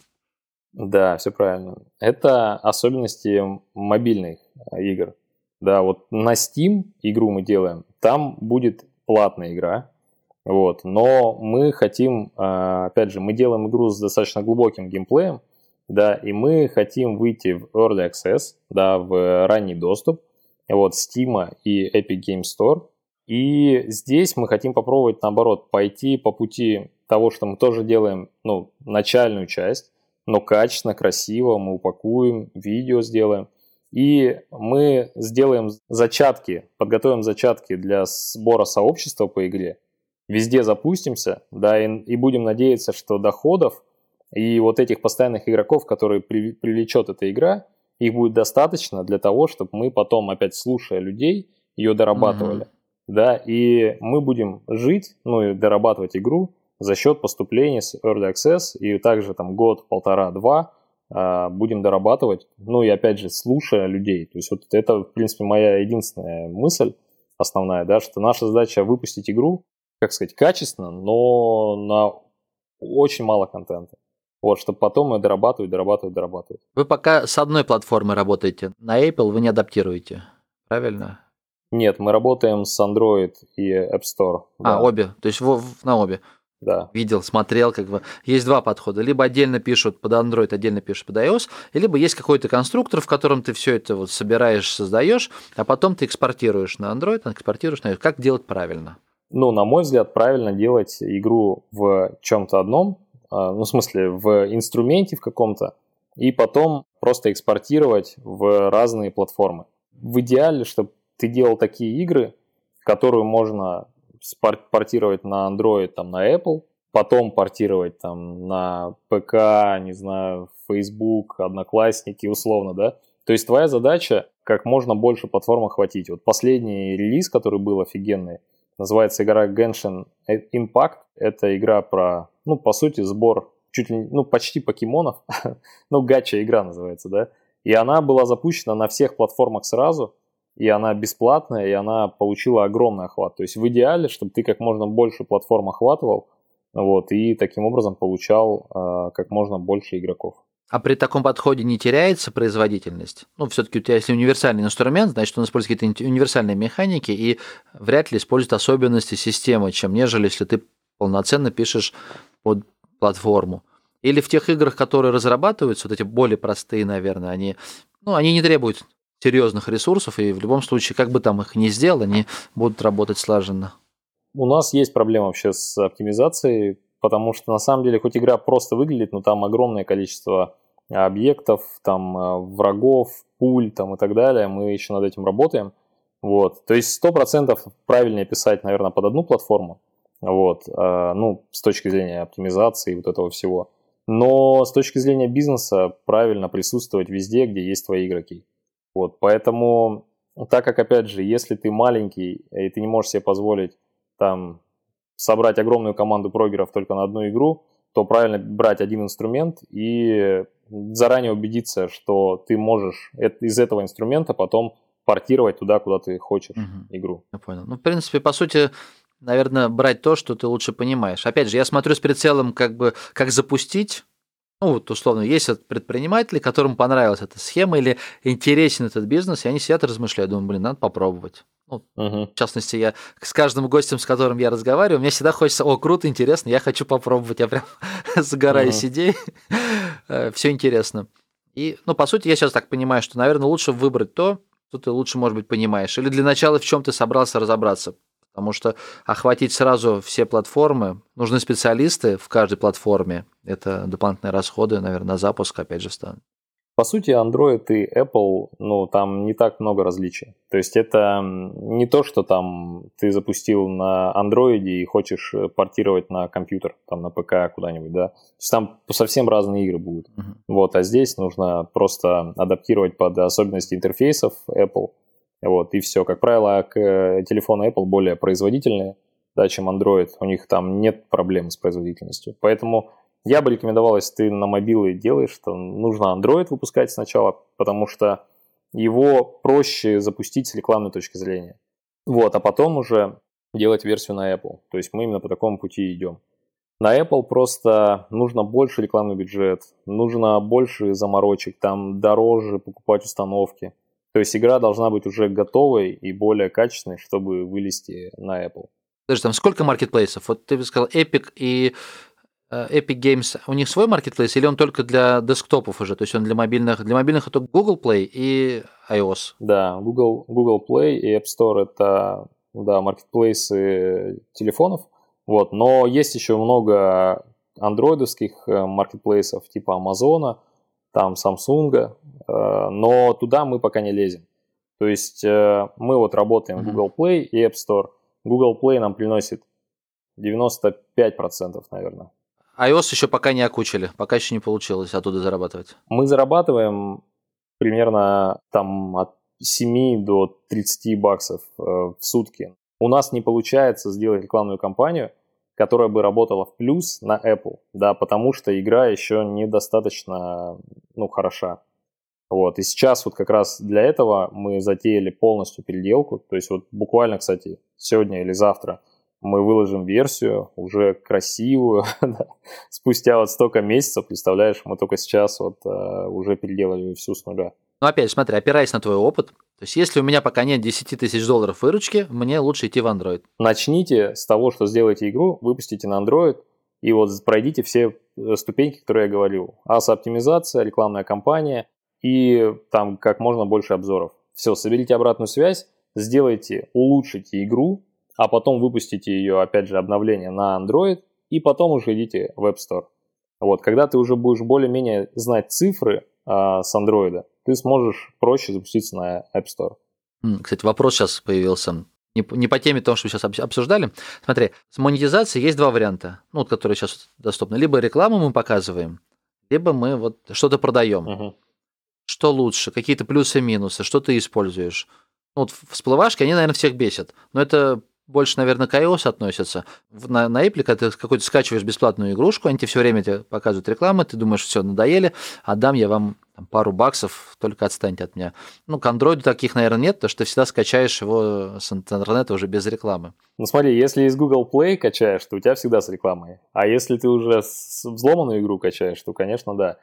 Да, все правильно. Это особенности мобильных игр. Да, вот на Steam игру мы делаем, там будет платная игра, вот, но мы хотим, опять же, мы делаем игру с достаточно глубоким геймплеем, да, и мы хотим выйти в Early Access, да, в ранний доступ, вот, Steam и Epic Games Store, И здесь мы хотим попробовать, наоборот, пойти по пути того, что мы тоже делаем, ну, начальную часть, но качественно, красиво, мы упакуем, видео сделаем. И мы сделаем зачатки, подготовим зачатки для сбора сообщества по игре, везде запустимся, да, и, и будем надеяться, что доходов и вот этих постоянных игроков, которые при, привлечет эта игра, их будет достаточно для того, чтобы мы потом, опять слушая людей, ее дорабатывали. Mm-hmm. Да, и мы будем жить, ну и дорабатывать игру за счет поступлений с Early Access, и также там год, полтора, два э, будем дорабатывать, ну и опять же слушая людей. То есть вот это, в принципе, моя единственная мысль основная, да, что наша задача выпустить игру, как сказать, качественно, но на очень мало контента. Вот, чтобы потом ее дорабатывать, дорабатывать, дорабатывать. Вы пока с одной платформой работаете, на Apple вы не адаптируете, правильно? Нет, мы работаем с Android и App Store. А, да. Обе, то есть в, в, на обе. Да. Видел, смотрел, как бы. Есть два подхода. Либо отдельно пишут под Android, отдельно пишут под iOS, либо есть какой-то конструктор, в котором ты все это вот собираешь, создаешь, а потом ты экспортируешь на Android, экспортируешь на iOS. Как делать правильно? Ну, на мой взгляд, правильно делать игру в чем-то одном, ну, в смысле, в инструменте в каком-то, и потом просто экспортировать в разные платформы. В идеале, чтобы ты делал такие игры, которые можно портировать на Android, там, на Apple, потом портировать там на ПК, не знаю, Facebook, Одноклассники, условно, да. То есть твоя задача как можно больше платформ охватить. Вот последний релиз, который был офигенный, называется игра Genshin Impact. Это игра про, ну, по сути, сбор чуть ли, ну, почти покемонов. Ну, гача игра называется, да. И она была запущена на всех платформах сразу, и она бесплатная, и она получила огромный охват. То есть в идеале, чтобы ты как можно больше платформ охватывал, вот, и таким образом получал э, как можно больше игроков. А при таком подходе не теряется производительность? Ну, все-таки у тебя, если универсальный инструмент, значит, он использует какие-то универсальные механики и вряд ли использует особенности системы, чем нежели если ты полноценно пишешь под платформу. Или в тех играх, которые разрабатываются, вот эти более простые, наверное, они, ну, они не требуют серьезных ресурсов, и в любом случае, как бы там их ни сделал, они будут работать слаженно. У нас есть проблема вообще с оптимизацией, потому что на самом деле, хоть игра просто выглядит, но там огромное количество объектов, там врагов, пуль там, и так далее, мы еще над этим работаем. Вот. То есть сто процентов правильнее писать, наверное, под одну платформу, вот, ну, с точки зрения оптимизации и вот этого всего. Но с точки зрения бизнеса правильно присутствовать везде, где есть твои игроки. Вот, поэтому, так как, опять же, если ты маленький и ты не можешь себе позволить там собрать огромную команду прогеров только на одну игру, то правильно брать один инструмент и заранее убедиться, что ты можешь из этого инструмента потом портировать туда, куда ты хочешь угу. игру. Я понял. Ну, в принципе, по сути, наверное, брать то, что ты лучше понимаешь. Опять же, я смотрю с прицелом, как бы, как запустить. Ну, вот, условно, есть предприниматели, которым понравилась эта схема или интересен этот бизнес, и они сидят и размышляют, думаю, блин, надо попробовать. Ну, uh-huh. В частности, я с каждым гостем, с которым я разговариваю, мне всегда хочется, о, круто, интересно, я хочу попробовать, я прям загораюсь uh-huh. идеей, все интересно. И, ну, по сути, я сейчас так понимаю, что, наверное, лучше выбрать то, что ты лучше, может быть, понимаешь, или для начала в чем ты собрался разобраться. Потому что охватить сразу все платформы, нужны специалисты в каждой платформе. Это дополнительные расходы, наверное, на запуск, опять же, встанут. По сути, Android и Apple, ну, там не так много различий. То есть это не то, что там ты запустил на Android и хочешь портировать на компьютер, там на ПК куда-нибудь, да. То есть там совсем разные игры будут. Uh-huh. Вот, а здесь нужно просто адаптировать под особенности интерфейсов Apple. Вот, и все. Как правило, телефоны Apple более производительные, да, чем Android. У них там нет проблем с производительностью. Поэтому я бы рекомендовал, если ты на мобилы делаешь, что нужно Android выпускать сначала, потому что его проще запустить с рекламной точки зрения. Вот, а потом уже делать версию на Apple. То есть мы именно по такому пути идем. На Apple просто нужно больше рекламный бюджет, нужно больше заморочек, там дороже покупать установки. То есть игра должна быть уже готовой и более качественной, чтобы вылезти на Apple. Подожди, там сколько маркетплейсов? Вот ты сказал Epic и Epic Games, у них свой маркетплейс или он только для десктопов уже? То есть он для мобильных? Для мобильных это Google Play и iOS? Да, Google, Google Play и App Store это да, маркетплейсы телефонов, вот, но есть еще много андроидовских маркетплейсов типа Амазона, там Samsung, но туда мы пока не лезем. То есть мы вот работаем в Google Play и App Store. Google Play нам приносит девяносто пять процентов, наверное. iOS еще пока не окучили, пока еще не получилось оттуда зарабатывать. Мы зарабатываем примерно там от семи до тридцати баксов в сутки. У нас не получается сделать рекламную кампанию, которая бы работала в плюс на Apple, да, потому что игра еще недостаточно, ну, хороша. Вот, и сейчас вот как раз для этого мы затеяли полностью переделку, то есть вот буквально, кстати, сегодня или завтра мы выложим версию уже красивую, спустя вот столько месяцев, представляешь, мы только сейчас вот uh, уже переделали всю с нуля. Ну, опять, смотри, опираясь на твой опыт, то есть если у меня пока нет десять тысяч долларов выручки, мне лучше идти в Android. Начните с того, что сделаете игру, выпустите на Android, и вот пройдите все ступеньки, которые я говорил. ас-оптимизация, рекламная кампания и там как можно больше обзоров. Все, соберите обратную связь, сделайте, улучшите игру, а потом выпустите ее, опять же, обновление на Android, и потом уже идите в App Store. Вот, когда ты уже будешь более-менее знать цифры а, с Android, ты сможешь проще запуститься на App Store. Кстати, вопрос сейчас появился. Не, не по теме того, что мы сейчас обсуждали. Смотри, с монетизацией есть два варианта, ну, которые сейчас доступны. Либо рекламу мы показываем, либо мы вот что-то продаем. Угу. Что лучше? Какие-то плюсы и минусы? Что ты используешь? Ну, вот всплывашки, они, наверное, всех бесят. Но это больше, наверное, к iOS относится. На, на Apple, когда ты какой-то скачиваешь бесплатную игрушку, они тебе все время тебе показывают рекламы, ты думаешь, все, надоели, отдам я вам там пару баксов, только отстаньте от меня. Ну, к Android таких, наверное, нет, потому что ты всегда скачаешь его с интернета уже без рекламы. Ну, смотри, если из Google Play качаешь, то у тебя всегда с рекламой. А если ты уже взломанную игру качаешь, то, конечно, да.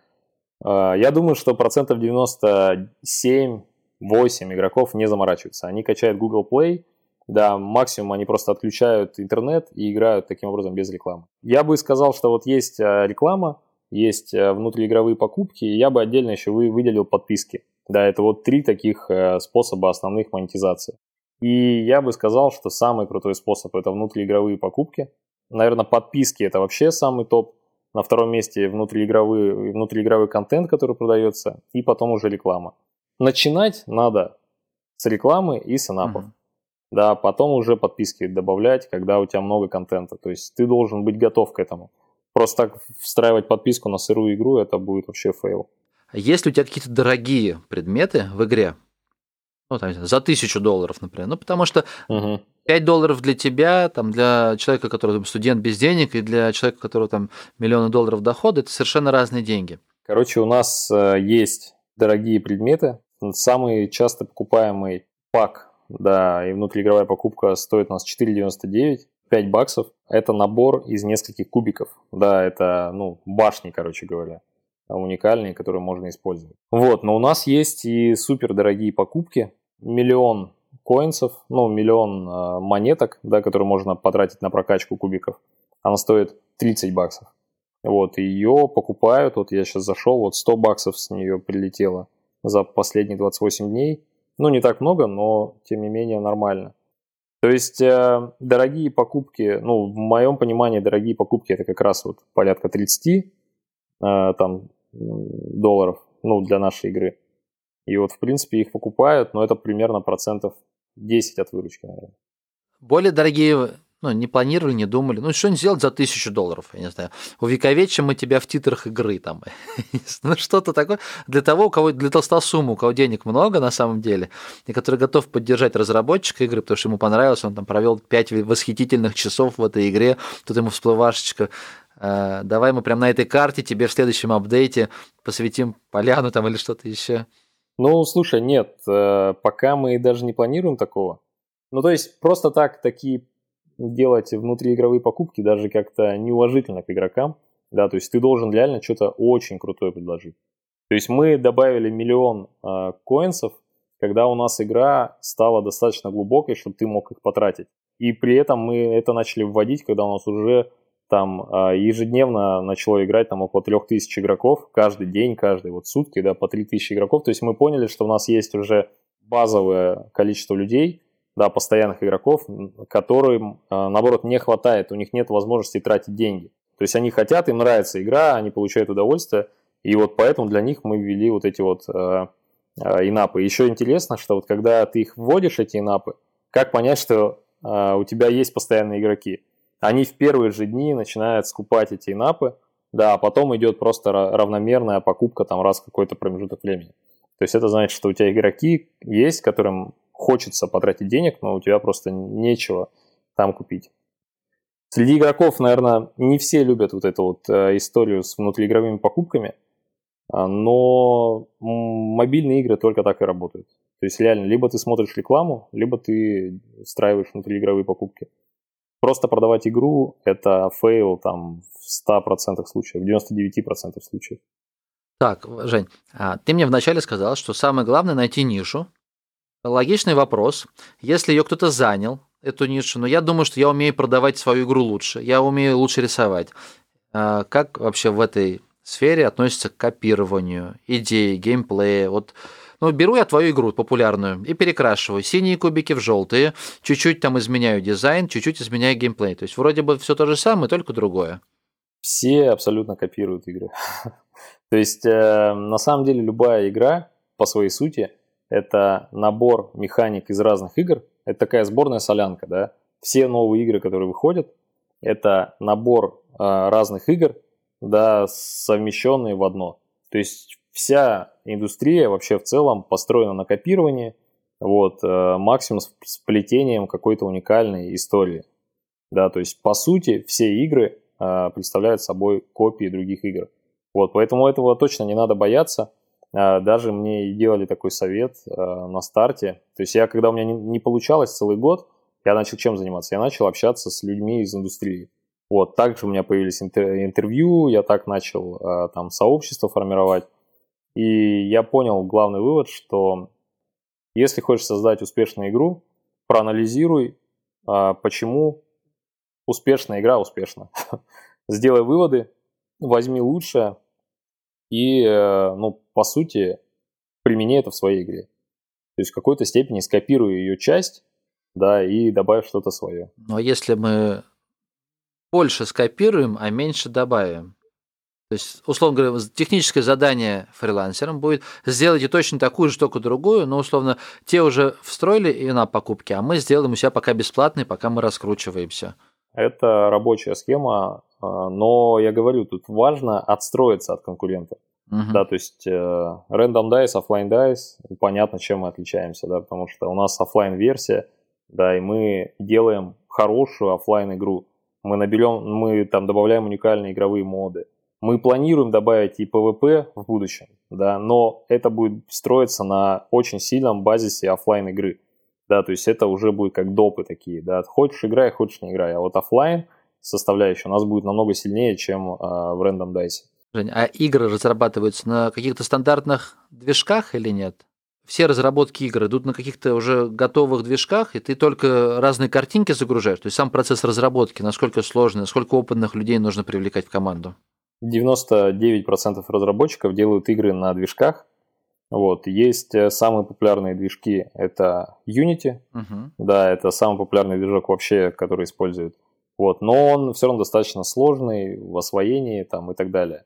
Я думаю, что процентов девяносто семь восемь игроков не заморачиваются. Они качают Google Play, да, максимум они просто отключают интернет и играют таким образом без рекламы. Я бы сказал, что вот есть реклама, есть внутриигровые покупки, и я бы отдельно еще выделил подписки. Да, это вот три таких способа основных монетизации. И я бы сказал, что самый крутой способ – это внутриигровые покупки. Наверное, подписки – это вообще самый топ. На втором месте внутриигровые, внутриигровой контент, который продается, и потом уже реклама. Начинать надо с рекламы и с инапов. Mm-hmm. Да, потом уже подписки добавлять, когда у тебя много контента. То есть ты должен быть готов к этому. Просто так встраивать подписку на сырую игру, это будет вообще фейл. Есть ли у тебя какие-то дорогие предметы в игре? Ну, там, за тысячу долларов, например. Ну, потому что угу. пять долларов для тебя, там, для человека, который там, студент без денег, и для человека, у которого там миллионы долларов дохода, это совершенно разные деньги. Короче, у нас э, есть дорогие предметы. Самый часто покупаемый пак, да, и внутриигровая покупка стоит у нас четыре девяносто девять, пять баксов. Это набор из нескольких кубиков. Да, это, ну, башни, короче говоря, уникальные, которые можно использовать. Вот, но у нас есть и супер дорогие покупки. Миллион коинсов, ну, миллион э, монеток, да, которые можно потратить на прокачку кубиков. Она стоит тридцать баксов. Вот, и ее покупают, вот я сейчас зашел, вот сто баксов с нее прилетело за последние двадцать восемь дней. Ну, не так много, но, тем не менее, нормально. То есть, э, дорогие покупки, ну, в моем понимании, дорогие покупки, это как раз вот порядка тридцать э, там, долларов, ну, для нашей игры. И вот, в принципе, их покупают, но это примерно процентов десять от выручки, наверное. Более дорогие, ну, не планировали, не думали. Ну, что-нибудь сделать за тысячу долларов, я не знаю. Увековечим мы тебя в титрах игры, там. Ну, что-то такое. Для того, у кого, для толстосума, у кого денег много на самом деле, и который готов поддержать разработчика игры, потому что ему понравилось, он там провел пять восхитительных часов в этой игре, тут ему всплывашечка. Давай мы прям на этой карте тебе в следующем апдейте посвятим поляну там или что-то еще. Ну, слушай, нет, пока мы даже не планируем такого. Ну, то есть, просто так такие делать внутриигровые покупки даже как-то неуважительно к игрокам, да, то есть ты должен реально что-то очень крутое предложить. То есть мы добавили миллион э, коинсов, когда у нас игра стала достаточно глубокой, чтобы ты мог их потратить. И при этом мы это начали вводить, когда у нас уже там э, ежедневно начало играть там около трех тысяч игроков, каждый день, каждые вот сутки, да, по три тысячи игроков. То есть мы поняли, что у нас есть уже базовое количество людей, да, постоянных игроков, которым, наоборот, не хватает, у них нет возможности тратить деньги. То есть они хотят, им нравится игра, они получают удовольствие, и вот поэтому для них мы ввели вот эти вот э, э, инапы. Еще интересно, что вот когда ты их вводишь, эти инапы, как понять, что э, у тебя есть постоянные игроки? Они в первые же дни начинают скупать эти инапы, да, а потом идет просто равномерная покупка там раз в какой-то промежуток времени. То есть это значит, что у тебя игроки есть, которым хочется потратить денег, но у тебя просто нечего там купить. Среди игроков, наверное, не все любят вот эту вот э, историю с внутриигровыми покупками, но мобильные игры только так и работают. То есть реально, либо ты смотришь рекламу, либо ты встраиваешь внутриигровые покупки. Просто продавать игру – это фейл там, в ста процентах случаев, в девяноста девяти процентах случаев. Так, Жень, ты мне вначале сказал, что самое главное – найти нишу. Логичный вопрос. Если ее кто-то занял, эту нишу, но я думаю, что я умею продавать свою игру лучше, я умею лучше рисовать. Как вообще в этой сфере относится к копированию, идеи, геймплея? Вот, ну, беру я твою игру популярную и перекрашиваю синие кубики в желтые, чуть-чуть там изменяю дизайн, чуть-чуть изменяю геймплей. То есть вроде бы все то же самое, только другое. Все абсолютно копируют игры. То есть на самом деле любая игра по своей сути это набор механик из разных игр. Это такая сборная солянка, да. Все новые игры, которые выходят, это набор э, разных игр, да, совмещенные в одно. То есть вся индустрия вообще в целом построена на копировании, вот, э, максимум с сплетением какой-то уникальной истории. Да, то есть по сути все игры э, представляют собой копии других игр. Вот, поэтому этого точно не надо бояться. Даже мне делали такой совет э, на старте. То есть я, когда у меня не, не получалось целый год, я начал чем заниматься? Я начал общаться с людьми из индустрии. Вот, также у меня появились интер- интервью, я так начал э, там сообщество формировать. И я понял главный вывод, что если хочешь создать успешную игру, проанализируй, э, почему успешная игра успешна. Сделай выводы, возьми лучшее. И, ну, по сути, примени это в своей игре. То есть в какой-то степени скопируй ее часть, да, и добавь что-то свое. Ну, а если мы больше скопируем, а меньше добавим? То есть, условно говоря, техническое задание фрилансерам будет сделайте точно такую же, только другую, но, условно, те уже встроили и на покупки, а мы сделаем у себя пока бесплатный, пока мы раскручиваемся. Это рабочая схема, но я говорю, тут важно отстроиться от конкурента. Uh-huh. Да, то есть Random Dice, Offline Dice, понятно, чем мы отличаемся, да, потому что у нас офлайн-версия, да, и мы делаем хорошую офлайн игру. Мы наберем, мы там добавляем уникальные игровые моды. Мы планируем добавить и пи ви пи в будущем, да, но это будет строиться на очень сильном базисе офлайн игры. Да, то есть это уже будет как допы такие, да, хочешь играй, хочешь не играй, а вот офлайн составляющая у нас будет намного сильнее, чем э, в Random Dice. Жень, а игры разрабатываются на каких-то стандартных движках или нет? Все разработки игр идут на каких-то уже готовых движках, и ты только разные картинки загружаешь, то есть сам процесс разработки, насколько сложный, насколько опытных людей нужно привлекать в команду? девяносто девять процентов разработчиков делают игры на движках. Вот. Есть самые популярные движки, это Unity, uh-huh. да, это самый популярный движок вообще, который используют. Вот. Но он все равно достаточно сложный в освоении там, и так далее.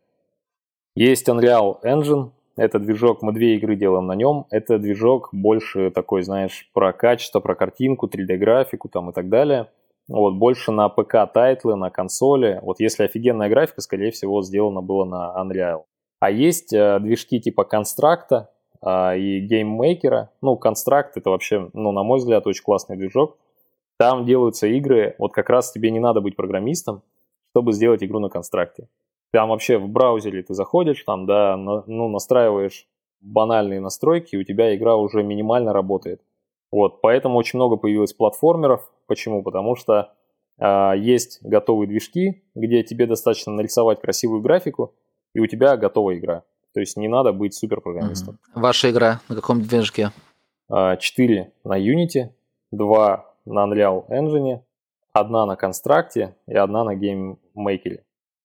Есть Unreal Engine, это движок, мы две игры делаем на нем, это движок больше такой, знаешь, про качество, про картинку, три дэ-графику там, и так далее. Вот. Больше на ПК-тайтлы, на консоли. Вот если офигенная графика, скорее всего, сделана была на Unreal. А есть э, движки типа Construct э, и GameMaker. Ну, Construct это вообще, ну, на мой взгляд, очень классный движок. Там делаются игры, вот как раз тебе не надо быть программистом, чтобы сделать игру на Construct. Там вообще в браузере ты заходишь, там, да, на, ну, настраиваешь банальные настройки, и у тебя игра уже минимально работает. Вот, поэтому очень много появилось платформеров. Почему? Потому что э, есть готовые движки, где тебе достаточно нарисовать красивую графику, и у тебя готовая игра. То есть не надо быть суперпрограммистом. Mm-hmm. Ваша игра на каком движке? четыре на Unity, два на Unreal Engine, одна на Construct и одна на GameMaker.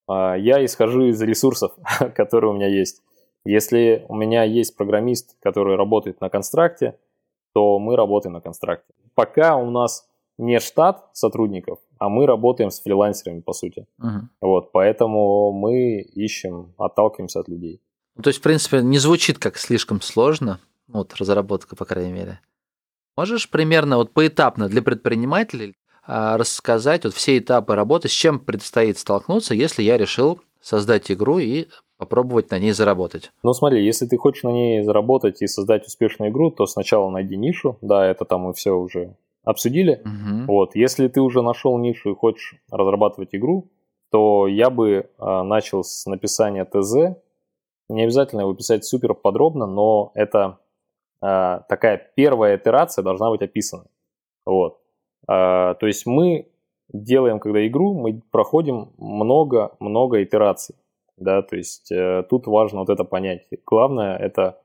Я исхожу из ресурсов, которые у меня есть. Если у меня есть программист, который работает на Construct, то мы работаем на Construct. пока у нас не штат сотрудников, а мы работаем с фрилансерами, по сути. Угу. Вот, поэтому мы ищем, отталкиваемся от людей. То есть, в принципе, не звучит как слишком сложно, вот разработка, по крайней мере. Можешь примерно вот поэтапно для предпринимателей а, рассказать вот все этапы работы, с чем предстоит столкнуться, если я решил создать игру и попробовать на ней заработать? Ну смотри, если ты хочешь на ней заработать и создать успешную игру, то сначала найди нишу, да, это там мы все уже обсудили. Угу. Вот, если ты уже нашел нишу и хочешь разрабатывать игру, то я бы а, начал с написания ТЗ. Не обязательно его писать супер подробно, но это а, такая первая итерация должна быть описана. Вот. А, то есть мы делаем, когда игру, мы проходим много-много итераций. Да, то есть э, тут важно вот это понять. Главное, это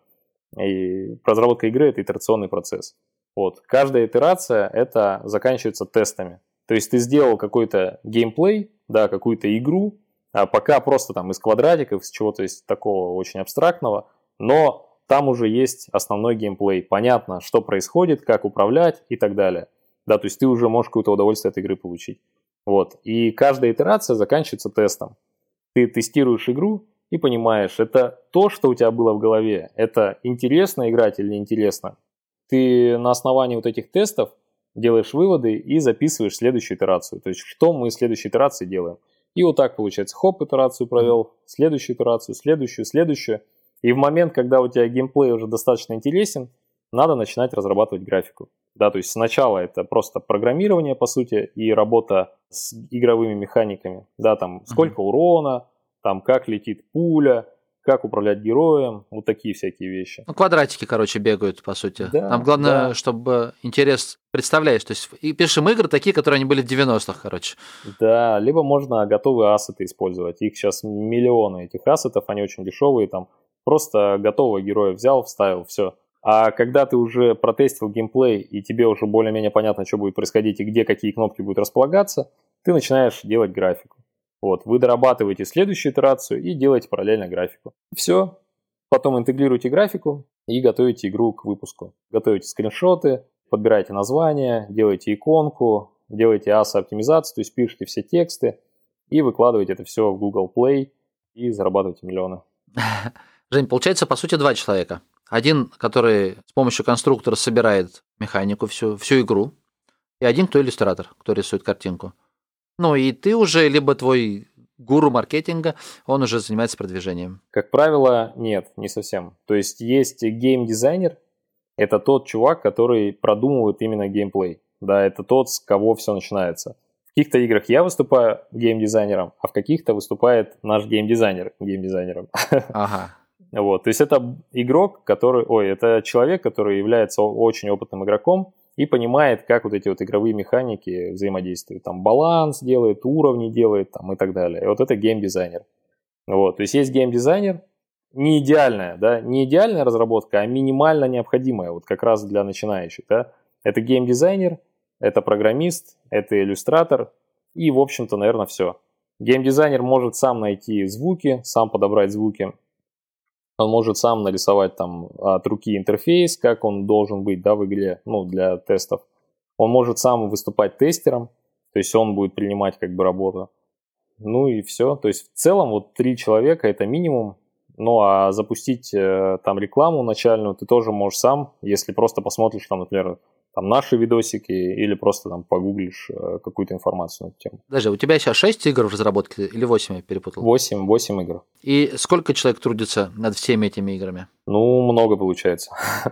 и разработка игры – это итерационный процесс. Вот. Каждая итерация – это заканчивается тестами. То есть ты сделал какой-то геймплей, да, какую-то игру, а пока просто там из квадратиков, из чего-то из такого очень абстрактного, но там уже есть основной геймплей. Понятно, что происходит, как управлять и так далее. Да, то есть ты уже можешь какое-то удовольствие от игры получить. Вот. И каждая итерация заканчивается тестом. Ты тестируешь игру и понимаешь, это то, что у тебя было в голове, это интересно играть или неинтересно. Ты на основании вот этих тестов делаешь выводы и записываешь следующую итерацию. То есть, что мы в следующей итерации делаем. И вот так получается, хоп, итерацию провел, следующую итерацию, следующую, следующую. И в момент, когда у тебя геймплей уже достаточно интересен, надо начинать разрабатывать графику. Да, то есть сначала это просто программирование, по сути, и работа с игровыми механиками. Да, там сколько uh-huh. урона, там как летит пуля, как управлять героем, вот такие всякие вещи. Ну, квадратики, короче, бегают, по сути. Да, там главное, да. чтобы интерес представляешь. То есть и пишем игры такие, которые они были в девяностых, короче. Да, либо можно готовые ассеты использовать. Их сейчас миллионы этих ассетов, они очень дешевые, там просто готового героя взял, вставил, все. А когда ты уже протестил геймплей, и тебе уже более-менее понятно, что будет происходить и где какие кнопки будут располагаться, ты начинаешь делать графику. Вот, вы дорабатываете следующую итерацию и делаете параллельно графику. Все. Потом интегрируете графику и готовите игру к выпуску. Готовите скриншоты, подбираете название, делаете иконку, делаете эй эс-оптимизацию, то есть пишете все тексты и выкладываете это все в Google Play и зарабатываете миллионы. Жень, получается, по сути, два человека. Один, который с помощью конструктора собирает механику, всю, всю игру, и один, кто иллюстратор, кто рисует картинку. Ну и ты уже, либо твой гуру маркетинга, он уже занимается продвижением. Как правило, нет, не совсем. То есть есть геймдизайнер, это тот чувак, который продумывает именно геймплей. Да, это тот, с кого все начинается. В каких-то играх я выступаю геймдизайнером, а в каких-то выступает наш геймдизайнер геймдизайнером. Ага. Вот, то есть это игрок, который, ой, это человек, который является очень опытным игроком и понимает, как вот эти вот игровые механики взаимодействуют. Там баланс делает, уровни делает там, и так далее. И вот это геймдизайнер. Вот, то есть есть геймдизайнер, не идеальная, да, не идеальная разработка, а минимально необходимая, вот как раз для начинающих, да. Это геймдизайнер, это программист, это иллюстратор и, в общем-то, наверное, все. Геймдизайнер может сам найти звуки, сам подобрать звуки. Он может сам нарисовать там от руки интерфейс, как он должен быть, да, в игре, ну, для тестов. Он может сам выступать тестером, то есть он будет принимать как бы работу. Ну и все. То есть в целом вот три человека это минимум. Ну а запустить э, там рекламу начальную ты тоже можешь сам, если просто посмотришь там, например, там наши видосики или просто там погуглишь э, какую-то информацию на эту тему. Подожди, у тебя сейчас шесть игр в разработке или восемь, я перепутал? восемь, восемь игр. И сколько человек трудится над всеми этими играми? Ну, много получается.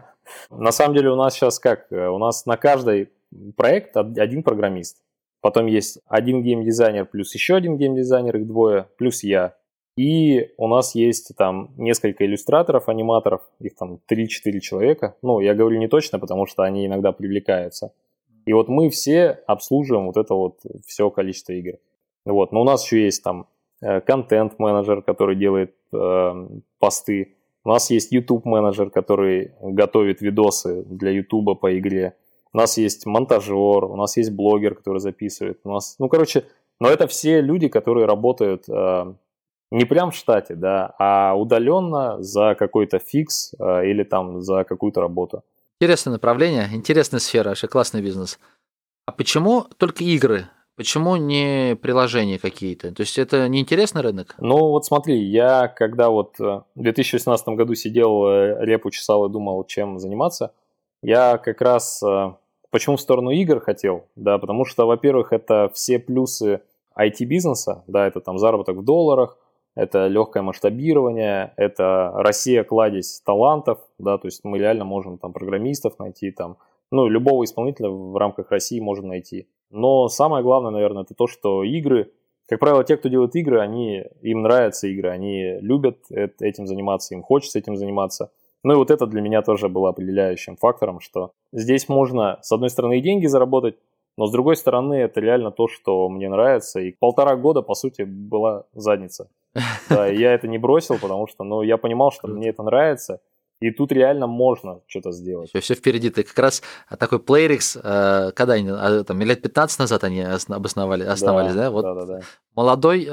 На самом деле у нас сейчас как? У нас на каждый проект один программист. Потом есть один геймдизайнер плюс еще один геймдизайнер, их двое, плюс я. И у нас есть там несколько иллюстраторов, аниматоров, их там три-четыре человека. Ну, я говорю не точно, потому что они иногда привлекаются. И вот мы все обслуживаем вот это вот все количество игр. Вот. Но у нас еще есть там контент-менеджер, который делает э, посты. У нас есть YouTube-менеджер, который готовит видосы для YouTube по игре. У нас есть монтажер, у нас есть блогер, который записывает. У нас, ну, короче, но это все люди, которые работают... Э, не прям в штате, да, а удаленно за какой-то фикс э, или там за какую-то работу. Интересное направление, интересная сфера, вообще классный бизнес. А почему только игры? Почему не приложения какие-то? То есть это не интересный рынок? Ну вот смотри, я когда вот в две тысячи восемнадцатом году сидел, репу чесал и думал, чем заниматься, я как раз почему в сторону игр хотел, да, потому что, во-первых, это все плюсы ай ти-бизнеса, да, это там заработок в долларах, это легкое масштабирование, это Россия кладезь талантов, да, то есть мы реально можем там программистов найти, там, ну, любого исполнителя в рамках России можно найти. Но самое главное, наверное, это то, что игры, как правило, те, кто делает игры, они, им нравятся игры, они любят этим заниматься, им хочется этим заниматься. Ну и вот это для меня тоже было определяющим фактором, что здесь можно, с одной стороны, и деньги заработать, но с другой стороны, это реально то, что мне нравится. И полтора года, по сути, была задница. Да, и я это не бросил, потому что, ну, я понимал, что мне это нравится. И тут реально можно что-то сделать. Все, все впереди. Ты как раз такой Playrix, когда они, там, лет пятнадцать назад они обосновали, основались, да? да? Вот да, да, да. Молодой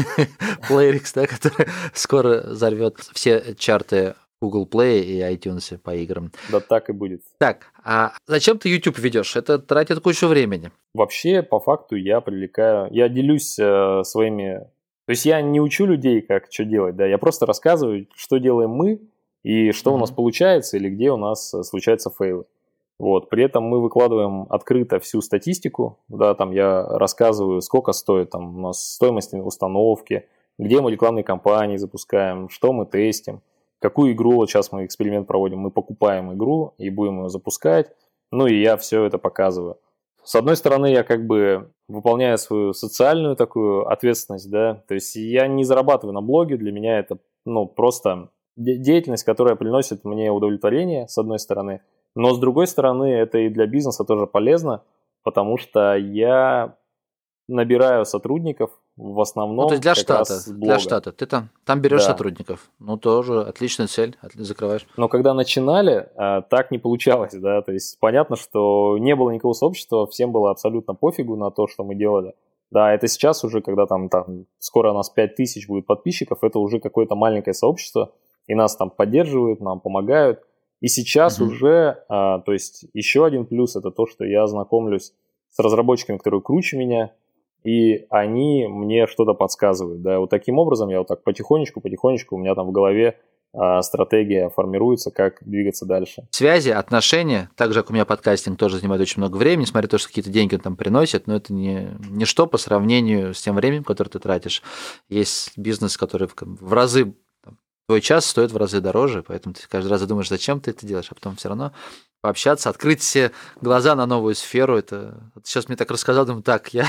Playrix, да, который скоро взорвет все чарты Google Play и iTunes по играм. Да, так и будет. Так, а зачем ты YouTube ведешь? Это тратит кучу времени. Вообще, по факту, я привлекаю, я делюсь э, своими... То есть я не учу людей, как что делать, да, я просто рассказываю, что делаем мы, и что mm-hmm. у нас получается, или где у нас случаются фейлы. Вот. При этом мы выкладываем открыто всю статистику, да, там я рассказываю, сколько стоит там, у нас стоимость установки, где мы рекламные кампании запускаем, что мы тестим, какую игру, вот сейчас мы эксперимент проводим, мы покупаем игру и будем ее запускать, ну и я все это показываю. С одной стороны, я как бы выполняю свою социальную такую ответственность, да, то есть я не зарабатываю на блоге, для меня это, ну, просто... деятельность, которая приносит мне удовлетворение, с одной стороны, но с другой стороны, это и для бизнеса тоже полезно, потому что я набираю сотрудников в основном. Ну, то есть для штата, для штата. Ты там, там берешь да. сотрудников. Ну, тоже отличная цель, закрываешь. Но когда начинали, так не получалось, да, то есть понятно, что не было никакого сообщества, всем было абсолютно пофигу на то, что мы делали. Да, это сейчас уже, когда там, там скоро у нас пять тысяч будет подписчиков, это уже какое-то маленькое сообщество, и нас там поддерживают, нам помогают. И сейчас uh-huh. уже, а, то есть еще один плюс, это то, что я знакомлюсь с разработчиками, которые круче меня, и они мне что-то подсказывают. Да, вот таким образом я вот так потихонечку, потихонечку у меня там в голове а, стратегия формируется, как двигаться дальше. Связи, отношения, так же, как у меня подкастинг тоже занимает очень много времени, несмотря на то, что какие-то деньги он там приносит, но это не ничто по сравнению с тем временем, которое ты тратишь. Есть бизнес, который в разы твой час стоит в разы дороже, поэтому ты каждый раз думаешь, зачем ты это делаешь, а потом все равно пообщаться, открыть все глаза на новую сферу. Это сейчас мне так рассказал, думаю, так, я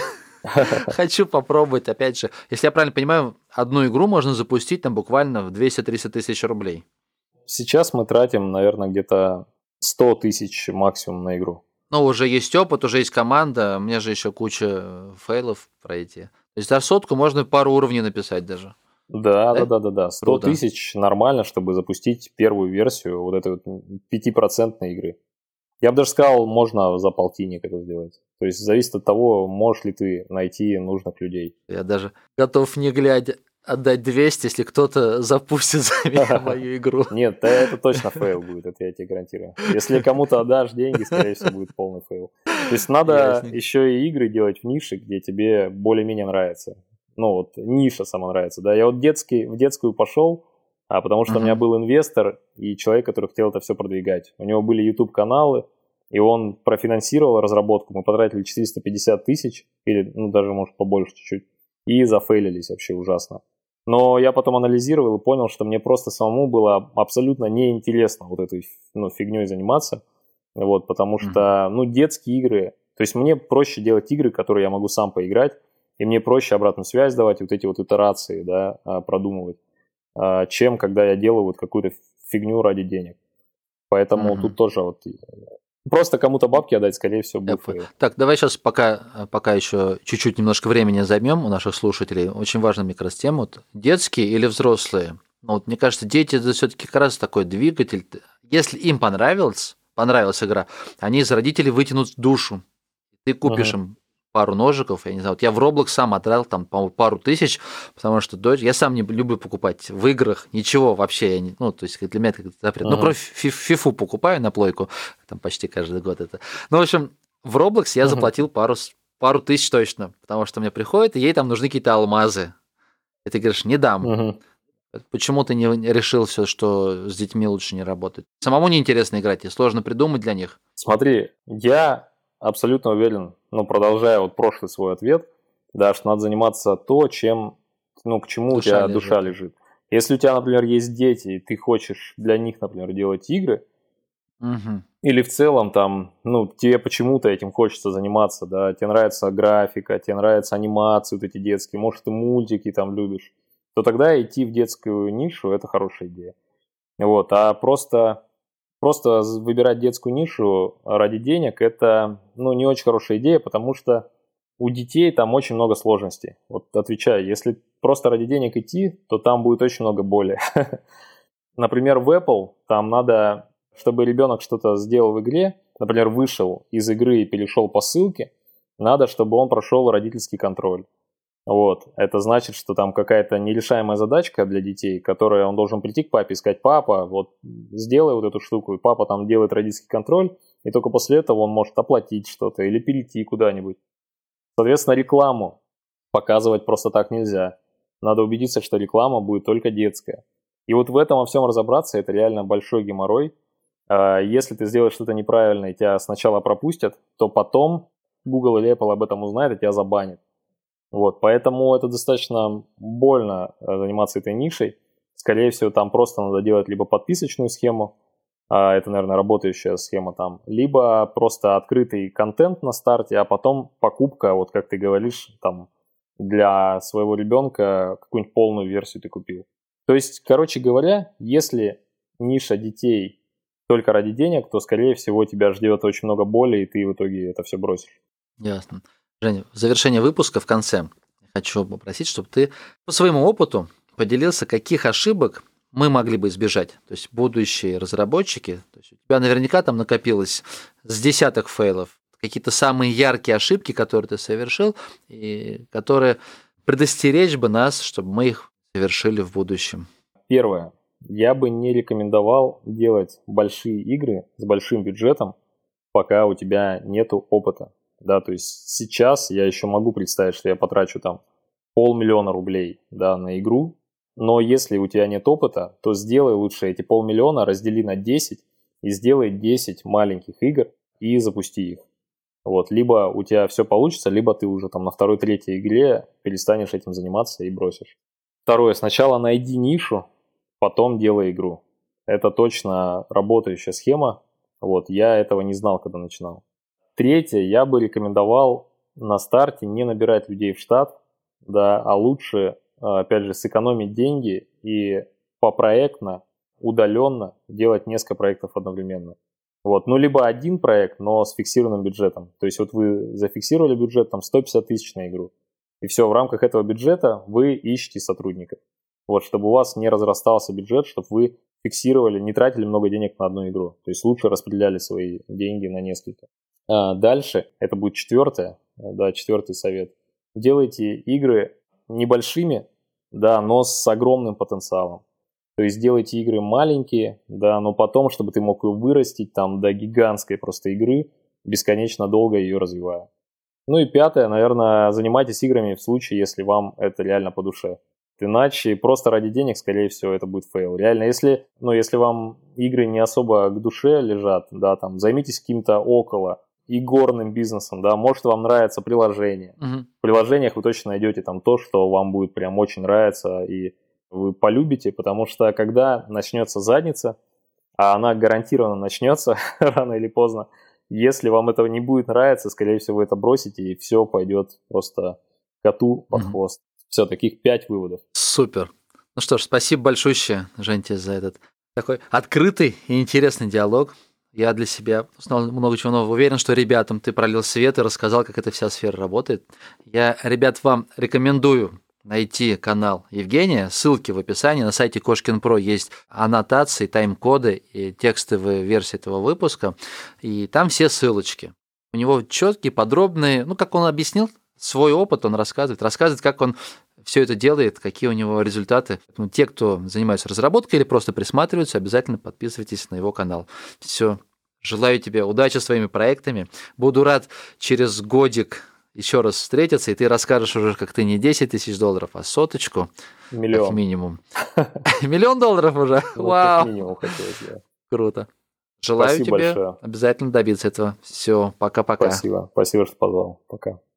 хочу попробовать, опять же. Если я правильно понимаю, одну игру можно запустить там буквально в двести-триста тысяч рублей. Сейчас мы тратим, наверное, где-то сто тысяч максимум на игру. Ну, уже есть опыт, уже есть команда, мне же еще куча фейлов пройти. То есть за сотку можно пару уровней написать даже. Да, да, да, да, да. сто тысяч нормально, чтобы запустить первую версию вот этой вот пятипроцентной игры. Я бы даже сказал, можно за полтинник это сделать. То есть зависит от того, можешь ли ты найти нужных людей. Я даже готов, не глядя, отдать двести, если кто-то запустит за меня мою игру. Нет, это точно фейл будет, это я тебе гарантирую. Если кому-то отдашь деньги, скорее всего, будет полный фейл. То есть надо еще и игры делать в нише, где тебе более-менее нравится. Ну вот, ниша сама нравится, да. Я вот детский, в детскую пошел, а, потому что uh-huh. у меня был инвестор и человек, который хотел это все продвигать. У него были YouTube-каналы, и он профинансировал разработку. Мы потратили четыреста пятьдесят тысяч, или, ну, даже, может, побольше чуть-чуть, и зафейлились вообще ужасно. Но я потом анализировал и понял, что мне просто самому было абсолютно неинтересно вот этой, ну, фигней заниматься, вот, потому что, uh-huh. ну, детские игры, то есть мне проще делать игры, которые я могу сам поиграть, и мне проще обратную связь давать, вот эти вот итерации, да, продумывать, чем когда я делаю вот какую-то фигню ради денег. Поэтому mm-hmm. тут тоже вот просто кому-то бабки отдать, скорее всего, будет фейл. Так, давай сейчас пока, пока еще чуть-чуть немножко времени займем у наших слушателей. Очень важная мне как раз тема. Вот, детские или взрослые? Ну, вот, мне кажется, дети это все-таки как раз такой двигатель. Если им понравилось, понравилась игра, они из родителей вытянут душу. Ты купишь uh-huh. им пару ножиков, я не знаю, вот я в Roblox сам отдал там, по-моему, пару тысяч, потому что дочь, я сам не люблю покупать в играх ничего вообще, я не, ну, то есть для меня это запрет. Uh-huh. Ну, кроме фифу покупаю на плойку, там почти каждый год это. Ну, в общем, в Roblox я uh-huh. заплатил пару, пару тысяч точно, потому что мне приходит, и ей там нужны какие-то алмазы. И ты говоришь, не дам. Uh-huh. Почему ты не решил все, что с детьми лучше не работать? Самому неинтересно играть, и сложно придумать для них. Смотри, я абсолютно уверен, ну, продолжая вот прошлый свой ответ, да, что надо заниматься то, чем, ну, к чему душа у тебя лежит. душа лежит. Если у тебя, например, есть дети, и ты хочешь для них, например, делать игры, угу. или в целом там, ну, тебе почему-то этим хочется заниматься, да, тебе нравится графика, тебе нравятся анимации вот эти детские, может, ты мультики там любишь, то тогда идти в детскую нишу – это хорошая идея. Вот, а просто... Просто выбирать детскую нишу ради денег – это, ну, не очень хорошая идея, потому что у детей там очень много сложностей. Вот отвечаю, если просто ради денег идти, то там будет очень много боли. Например, в Apple там надо, чтобы ребенок что-то сделал в игре, например, вышел из игры и перешел по ссылке, надо, чтобы он прошел родительский контроль. Вот. Это значит, что там какая-то нерешаемая задачка для детей, которая он должен прийти к папе и сказать: папа, вот сделай вот эту штуку, и папа там делает родительский контроль, и только после этого он может оплатить что-то или перейти куда-нибудь. Соответственно, рекламу показывать просто так нельзя. Надо убедиться, что реклама будет только детская. И вот в этом во всем разобраться, это реально большой геморрой. Если ты сделаешь что-то неправильно и тебя сначала пропустят, то потом Google или Apple об этом узнает и тебя забанят. Вот, поэтому это достаточно больно заниматься этой нишей. Скорее всего, там просто надо делать либо подписочную схему, а это, наверное, работающая схема там, либо просто открытый контент на старте, а потом покупка, вот как ты говоришь, там для своего ребенка какую-нибудь полную версию ты купил. То есть, короче говоря, если ниша детей только ради денег, то, скорее всего, тебя ждет очень много боли, и ты в итоге это все бросишь. Ясно. Женя, в завершение выпуска в конце хочу попросить, чтобы ты по своему опыту поделился, каких ошибок мы могли бы избежать. То есть будущие разработчики, то есть у тебя наверняка там накопилось с десяток фейлов, какие-то самые яркие ошибки, которые ты совершил, и которые предостеречь бы нас, чтобы мы их совершили в будущем. Первое. Я бы не рекомендовал делать большие игры с большим бюджетом, пока у тебя нету опыта. Да, то есть сейчас я еще могу представить, что я потрачу там полмиллиона рублей, да, на игру, но если у тебя нет опыта, то сделай лучше эти полмиллиона, раздели на десять и сделай десять маленьких игр и запусти их. Вот, либо у тебя все получится, либо ты уже там на второй, третьей игре перестанешь этим заниматься и бросишь. Второе, сначала найди нишу, потом делай игру. Это точно работающая схема. Вот, я этого не знал, когда начинал. Третье, я бы рекомендовал на старте не набирать людей в штат, да, а лучше, опять же, сэкономить деньги и попроектно, удаленно делать несколько проектов одновременно. Вот, ну, либо один проект, но с фиксированным бюджетом. То есть вот вы зафиксировали бюджет там сто пятьдесят тысяч на игру, и все, в рамках этого бюджета вы ищете сотрудников. Вот, чтобы у вас не разрастался бюджет, чтобы вы фиксировали, не тратили много денег на одну игру. То есть лучше распределяли свои деньги на несколько. А дальше, это будет четвертое, да, четвертый совет. Делайте игры небольшими, да, но с огромным потенциалом. То есть делайте игры маленькие, да, но потом, чтобы ты мог ее вырастить там до гигантской просто игры, бесконечно долго ее развивая. Ну и пятое, наверное, занимайтесь играми в случае, если вам это реально по душе. Иначе просто ради денег, скорее всего, это будет фейл. Реально, если, ну, если вам игры не особо к душе лежат, да, там, займитесь каким-то около игорным бизнесом, да, может, вам нравится приложение. Uh-huh. В приложениях вы точно найдете там то, что вам будет прям очень нравиться, и вы полюбите, потому что когда начнется задница, а она гарантированно начнется рано или поздно, если вам этого не будет нравиться, скорее всего, вы это бросите, и все пойдет просто коту под хвост. Uh-huh. Все, таких пять выводов. Супер. Ну что ж, спасибо большое, Жень, тебе за этот такой открытый и интересный диалог. Я для себя узнал много чего нового. Уверен, что ребятам ты пролил свет и рассказал, как эта вся сфера работает. Я, ребят, вам рекомендую найти канал Евгения. Ссылки в описании. На сайте Кошкин.Про есть аннотации, тайм-коды и текстовые версии этого выпуска. И там все ссылочки. У него четкие, подробные, ну, как он объяснил, свой опыт он рассказывает, рассказывает, как он все это делает, какие у него результаты. Поэтому те, кто занимается разработкой или просто присматриваются, обязательно подписывайтесь на его канал. Все. Желаю тебе удачи с своими проектами. Буду рад через годик еще раз встретиться, и ты расскажешь уже, как ты не десять тысяч долларов, а соточку. Миллион. Как минимум. Миллион долларов уже? Вау. Как минимум хотелось, да. Круто. Желаю Спасибо тебе большое. обязательно добиться этого. Все, пока-пока. Спасибо. Спасибо, что позвал. Пока.